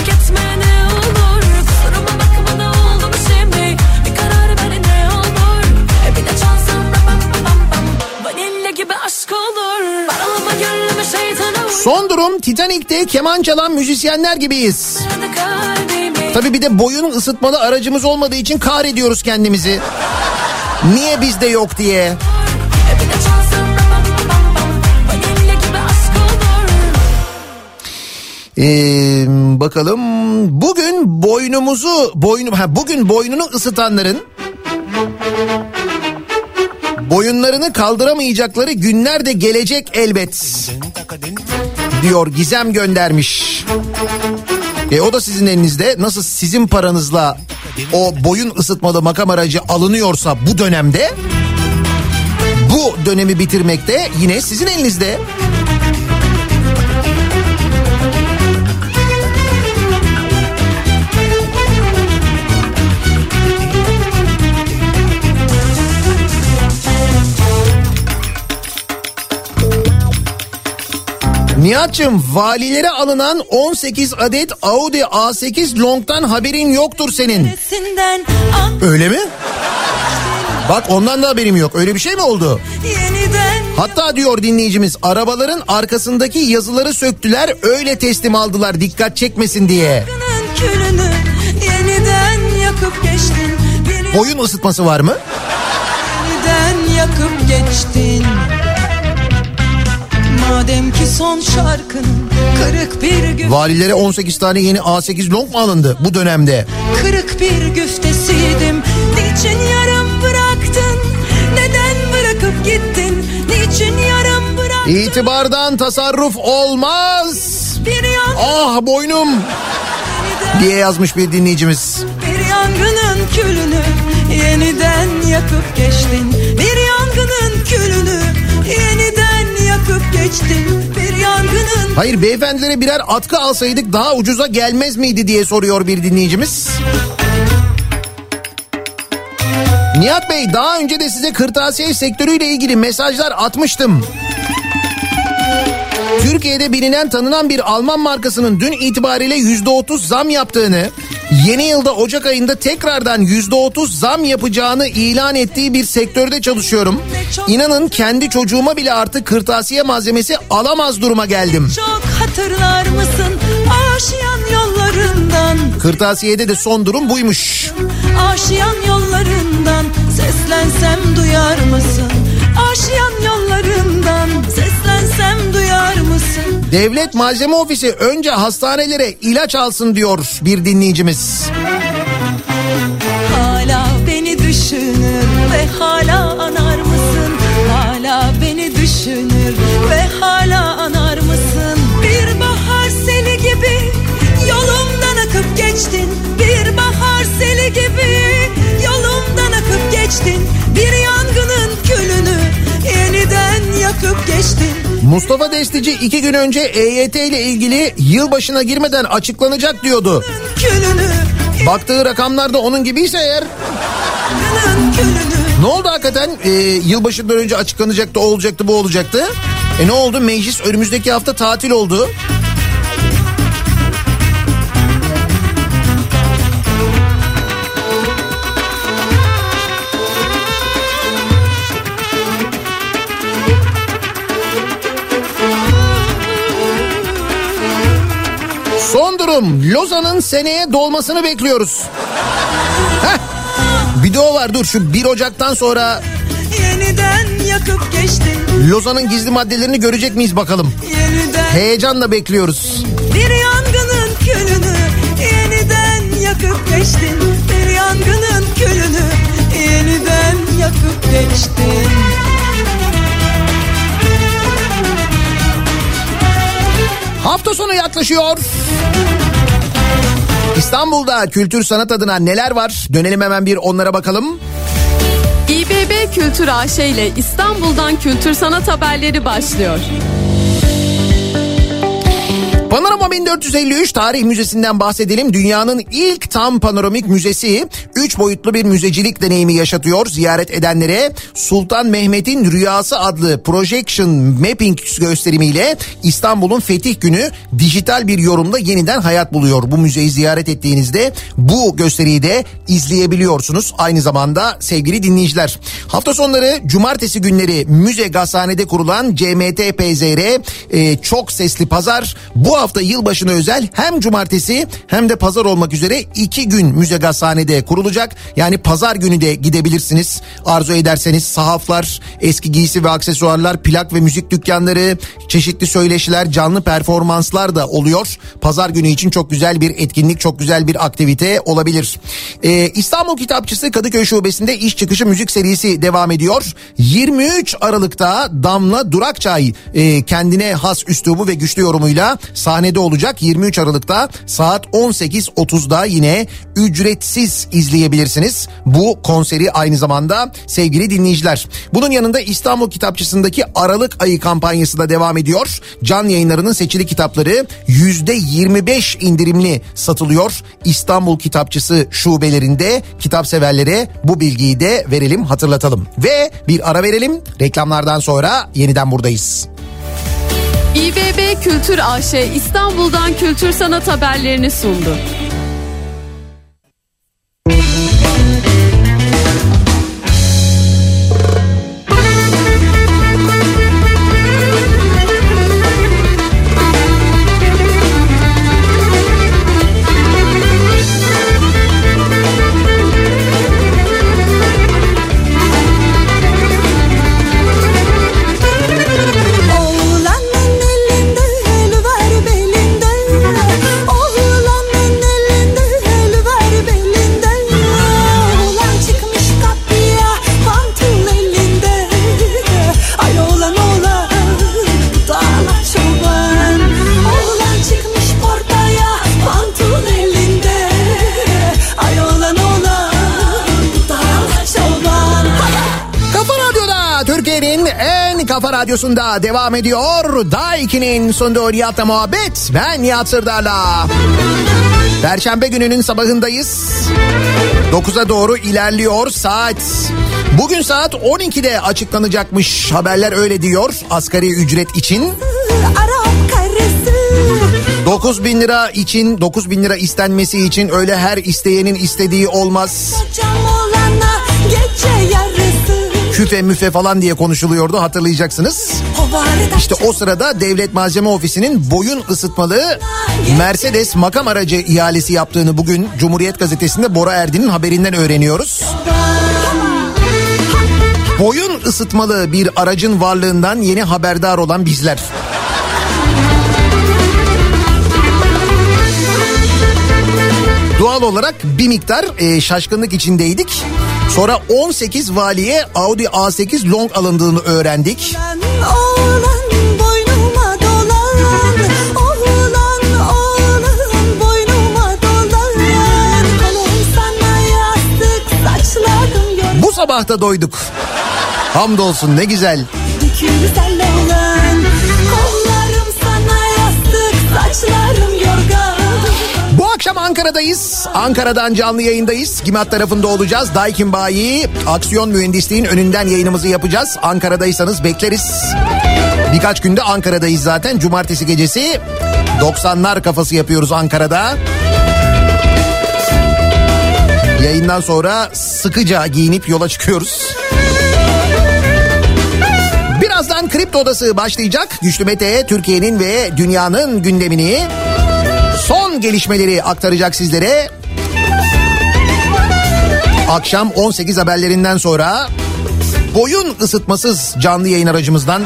Son durum Titanik'te keman çalan müzisyenler gibiyiz. Tabii bir de boyun ısıtmalı aracımız olmadığı için kahrediyoruz kendimizi. Niye bizde yok diye. Bakalım bugün bugün boynunu ısıtanların boyunlarını kaldıramayacakları günler de gelecek elbet diyor, Gizem göndermiş. O da sizin elinizde. Nasıl sizin paranızla o boyun ısıtmalı makam aracı alınıyorsa bu dönemde, bu dönemi bitirmekte yine sizin elinizde. Nihat'cığım, valilere alınan 18 adet Audi A8 Long'dan haberin yoktur senin. Öyle mi? Bak ondan da haberim yok. Öyle bir şey mi oldu? Hatta diyor dinleyicimiz, arabaların arkasındaki yazıları söktüler, öyle teslim aldılar dikkat çekmesin diye. Boyun ısıtması var mı? Yeniden yakıp geçtin. Madem ki son şarkının kırık bir güftesiydim. Valilere 18 tane yeni A8 Long mu alındı bu dönemde? Kırık bir güftesiydim. Niçin yarım bıraktın? Neden bırakıp gittin? Niçin yarım bıraktın? İtibardan tasarruf olmaz. Ah boynum diye yazmış bir dinleyicimiz. Bir yangının külünü yeniden yakıp geçtin. Bir yangının külünü yeniden yakıp geçtin. Bir yangının... Hayır, beyefendilere birer atkı alsaydık daha ucuza gelmez miydi diye soruyor bir dinleyicimiz. Nihat Bey, daha önce de size kırtasiye sektörüyle ilgili mesajlar atmıştım. Türkiye'de bilinen tanınan bir Alman markasının dün itibariyle %30 zam yaptığını, yeni yılda Ocak ayında tekrardan %30 zam yapacağını ilan ettiği bir sektörde çalışıyorum. İnanın kendi çocuğuma bile artık kırtasiye malzemesi alamaz duruma geldim. Çok hatırlar mısın aşiyan yollarından? Kırtasiyede de son durum buymuş. Aşiyan yollarından seslensem duyar mısın? Aşiyan yollarından seslensem duyar mısın? Devlet Malzeme Ofisi önce hastanelere ilaç alsın diyor bir dinleyicimiz. Hala beni düşünür ve hala anar mısın? Hala beni düşünür ve hala anar mısın? Bir bahar seli gibi yolumdan akıp geçtin. Bir bahar seli gibi yolumdan akıp geçtin. Bir yangının külünü yeniden yakıp geçtin. Mustafa Destici 2 gün önce EYT ile ilgili yılbaşına girmeden açıklanacak diyordu. Baktığı rakamlar da onun gibiyse eğer. Ne oldu hakikaten? Yılbaşından önce açıklanacaktı, o olacaktı, bu olacaktı. Ne oldu? Meclis önümüzdeki hafta tatil oldu. Mesut'cum, Lozan'ın seneye dolmasını bekliyoruz. Heh. Bir de o var, dur, şu 1 Ocak'tan sonra Yeniden yakıp geçtin. Lozan'ın gizli maddelerini görecek miyiz bakalım. Yeniden Heyecanla bekliyoruz. bir yangının külünü yeniden yakıp geçtin. Bir yangının külünü yeniden yakıp geçtin. Hafta sonu yaklaşıyor. İstanbul'da kültür sanat adına neler var? Dönelim hemen bir onlara bakalım. İBB Kültür AŞ ile İstanbul'dan kültür sanat haberleri başlıyor. Panorama 1453 Tarih Müzesi'nden bahsedelim. Dünyanın ilk tam panoramik müzesi 3 boyutlu bir müzecilik deneyimi yaşatıyor ziyaret edenlere. Sultan Mehmet'in Rüyası adlı projection mapping gösterimiyle İstanbul'un Fetih Günü dijital bir yorumda yeniden hayat buluyor. Bu müzeyi ziyaret ettiğinizde bu gösteriyi de izleyebiliyorsunuz. Aynı zamanda sevgili dinleyiciler, hafta sonları cumartesi günleri Müze Gazhane'de kurulan CMT PZR çok sesli pazar bu hafta yılbaşına özel hem cumartesi hem de pazar olmak üzere 2 gün Müze Gazhane'de kurulacak. Yani pazar günü de gidebilirsiniz. Arzu ederseniz sahaflar, eski giysi ve aksesuarlar, plak ve müzik dükkanları, çeşitli söyleşiler, canlı performanslar da oluyor. Pazar günü için çok güzel bir etkinlik, çok güzel bir aktivite olabilir. İstanbul Kitapçısı Kadıköy Şubesi'nde iş çıkışı müzik serisi devam ediyor. 23 Aralık'ta Damla Durakçay kendine has üslubu ve güçlü yorumuyla sahnede olacak. 23 Aralık'ta saat 18.30'da yine ücretsiz izleyebilirsiniz bu konseri aynı zamanda sevgili dinleyiciler. Bunun yanında İstanbul Kitapçısı'ndaki Aralık ayı kampanyası da devam ediyor. Can Yayınları'nın seçili kitapları %25 indirimli satılıyor. İstanbul Kitapçısı şubelerinde, kitap severlere bu bilgiyi de verelim, hatırlatalım. Ve bir ara verelim. Reklamlardan sonra yeniden buradayız. İBB Kültür AŞ İstanbul'dan kültür sanat haberlerini sundu. Kafa Radyosu'nda devam ediyor. Daiki'nin sunduğu Nihat'la muhabbet. Ben Nihat Sırdar'la. Perşembe gününün sabahındayız. 9'a doğru ilerliyor saat. Bugün saat 12'de açıklanacakmış. Haberler öyle diyor asgari ücret için. 9.000 lira için, 9.000 lira istenmesi için öyle her isteyenin istediği olmaz. Küfe müfe falan diye konuşuluyordu, hatırlayacaksınız. İşte o sırada Devlet Malzeme Ofisi'nin boyun ısıtmalı Mercedes makam aracı ihalesi yaptığını bugün Cumhuriyet Gazetesi'nde Bora Erdin'in haberinden öğreniyoruz. Boyun ısıtmalı bir aracın varlığından yeni haberdar olan bizler. Doğal olarak bir miktar şaşkınlık içindeydik. Sonra 18 valiye Audi A8 Long alındığını öğrendik. Bu sabah da doyduk. Hamdolsun, ne güzel. Bu akşam Ankara'dayız. Ankara'dan canlı yayındayız. Gimat tarafında olacağız. Daikin Bayi Aksiyon Mühendisliğin önünden yayınımızı yapacağız. Ankara'daysanız bekleriz. Birkaç günde Ankara'dayız zaten. Cumartesi gecesi 90'lar kafası yapıyoruz Ankara'da. Yayından sonra sıkıca giyinip yola çıkıyoruz. Birazdan Kripto Odası başlayacak. Güçlü Mete Türkiye'nin ve dünyanın gündemini son son gelişmeleri aktaracak sizlere. Akşam 18 haberlerinden sonra boyun ısıtmasız canlı yayın aracımızdan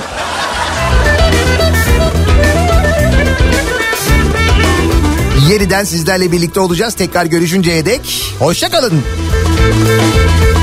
yeniden sizlerle birlikte olacağız. Tekrar görüşünceye dek hoşça kalın.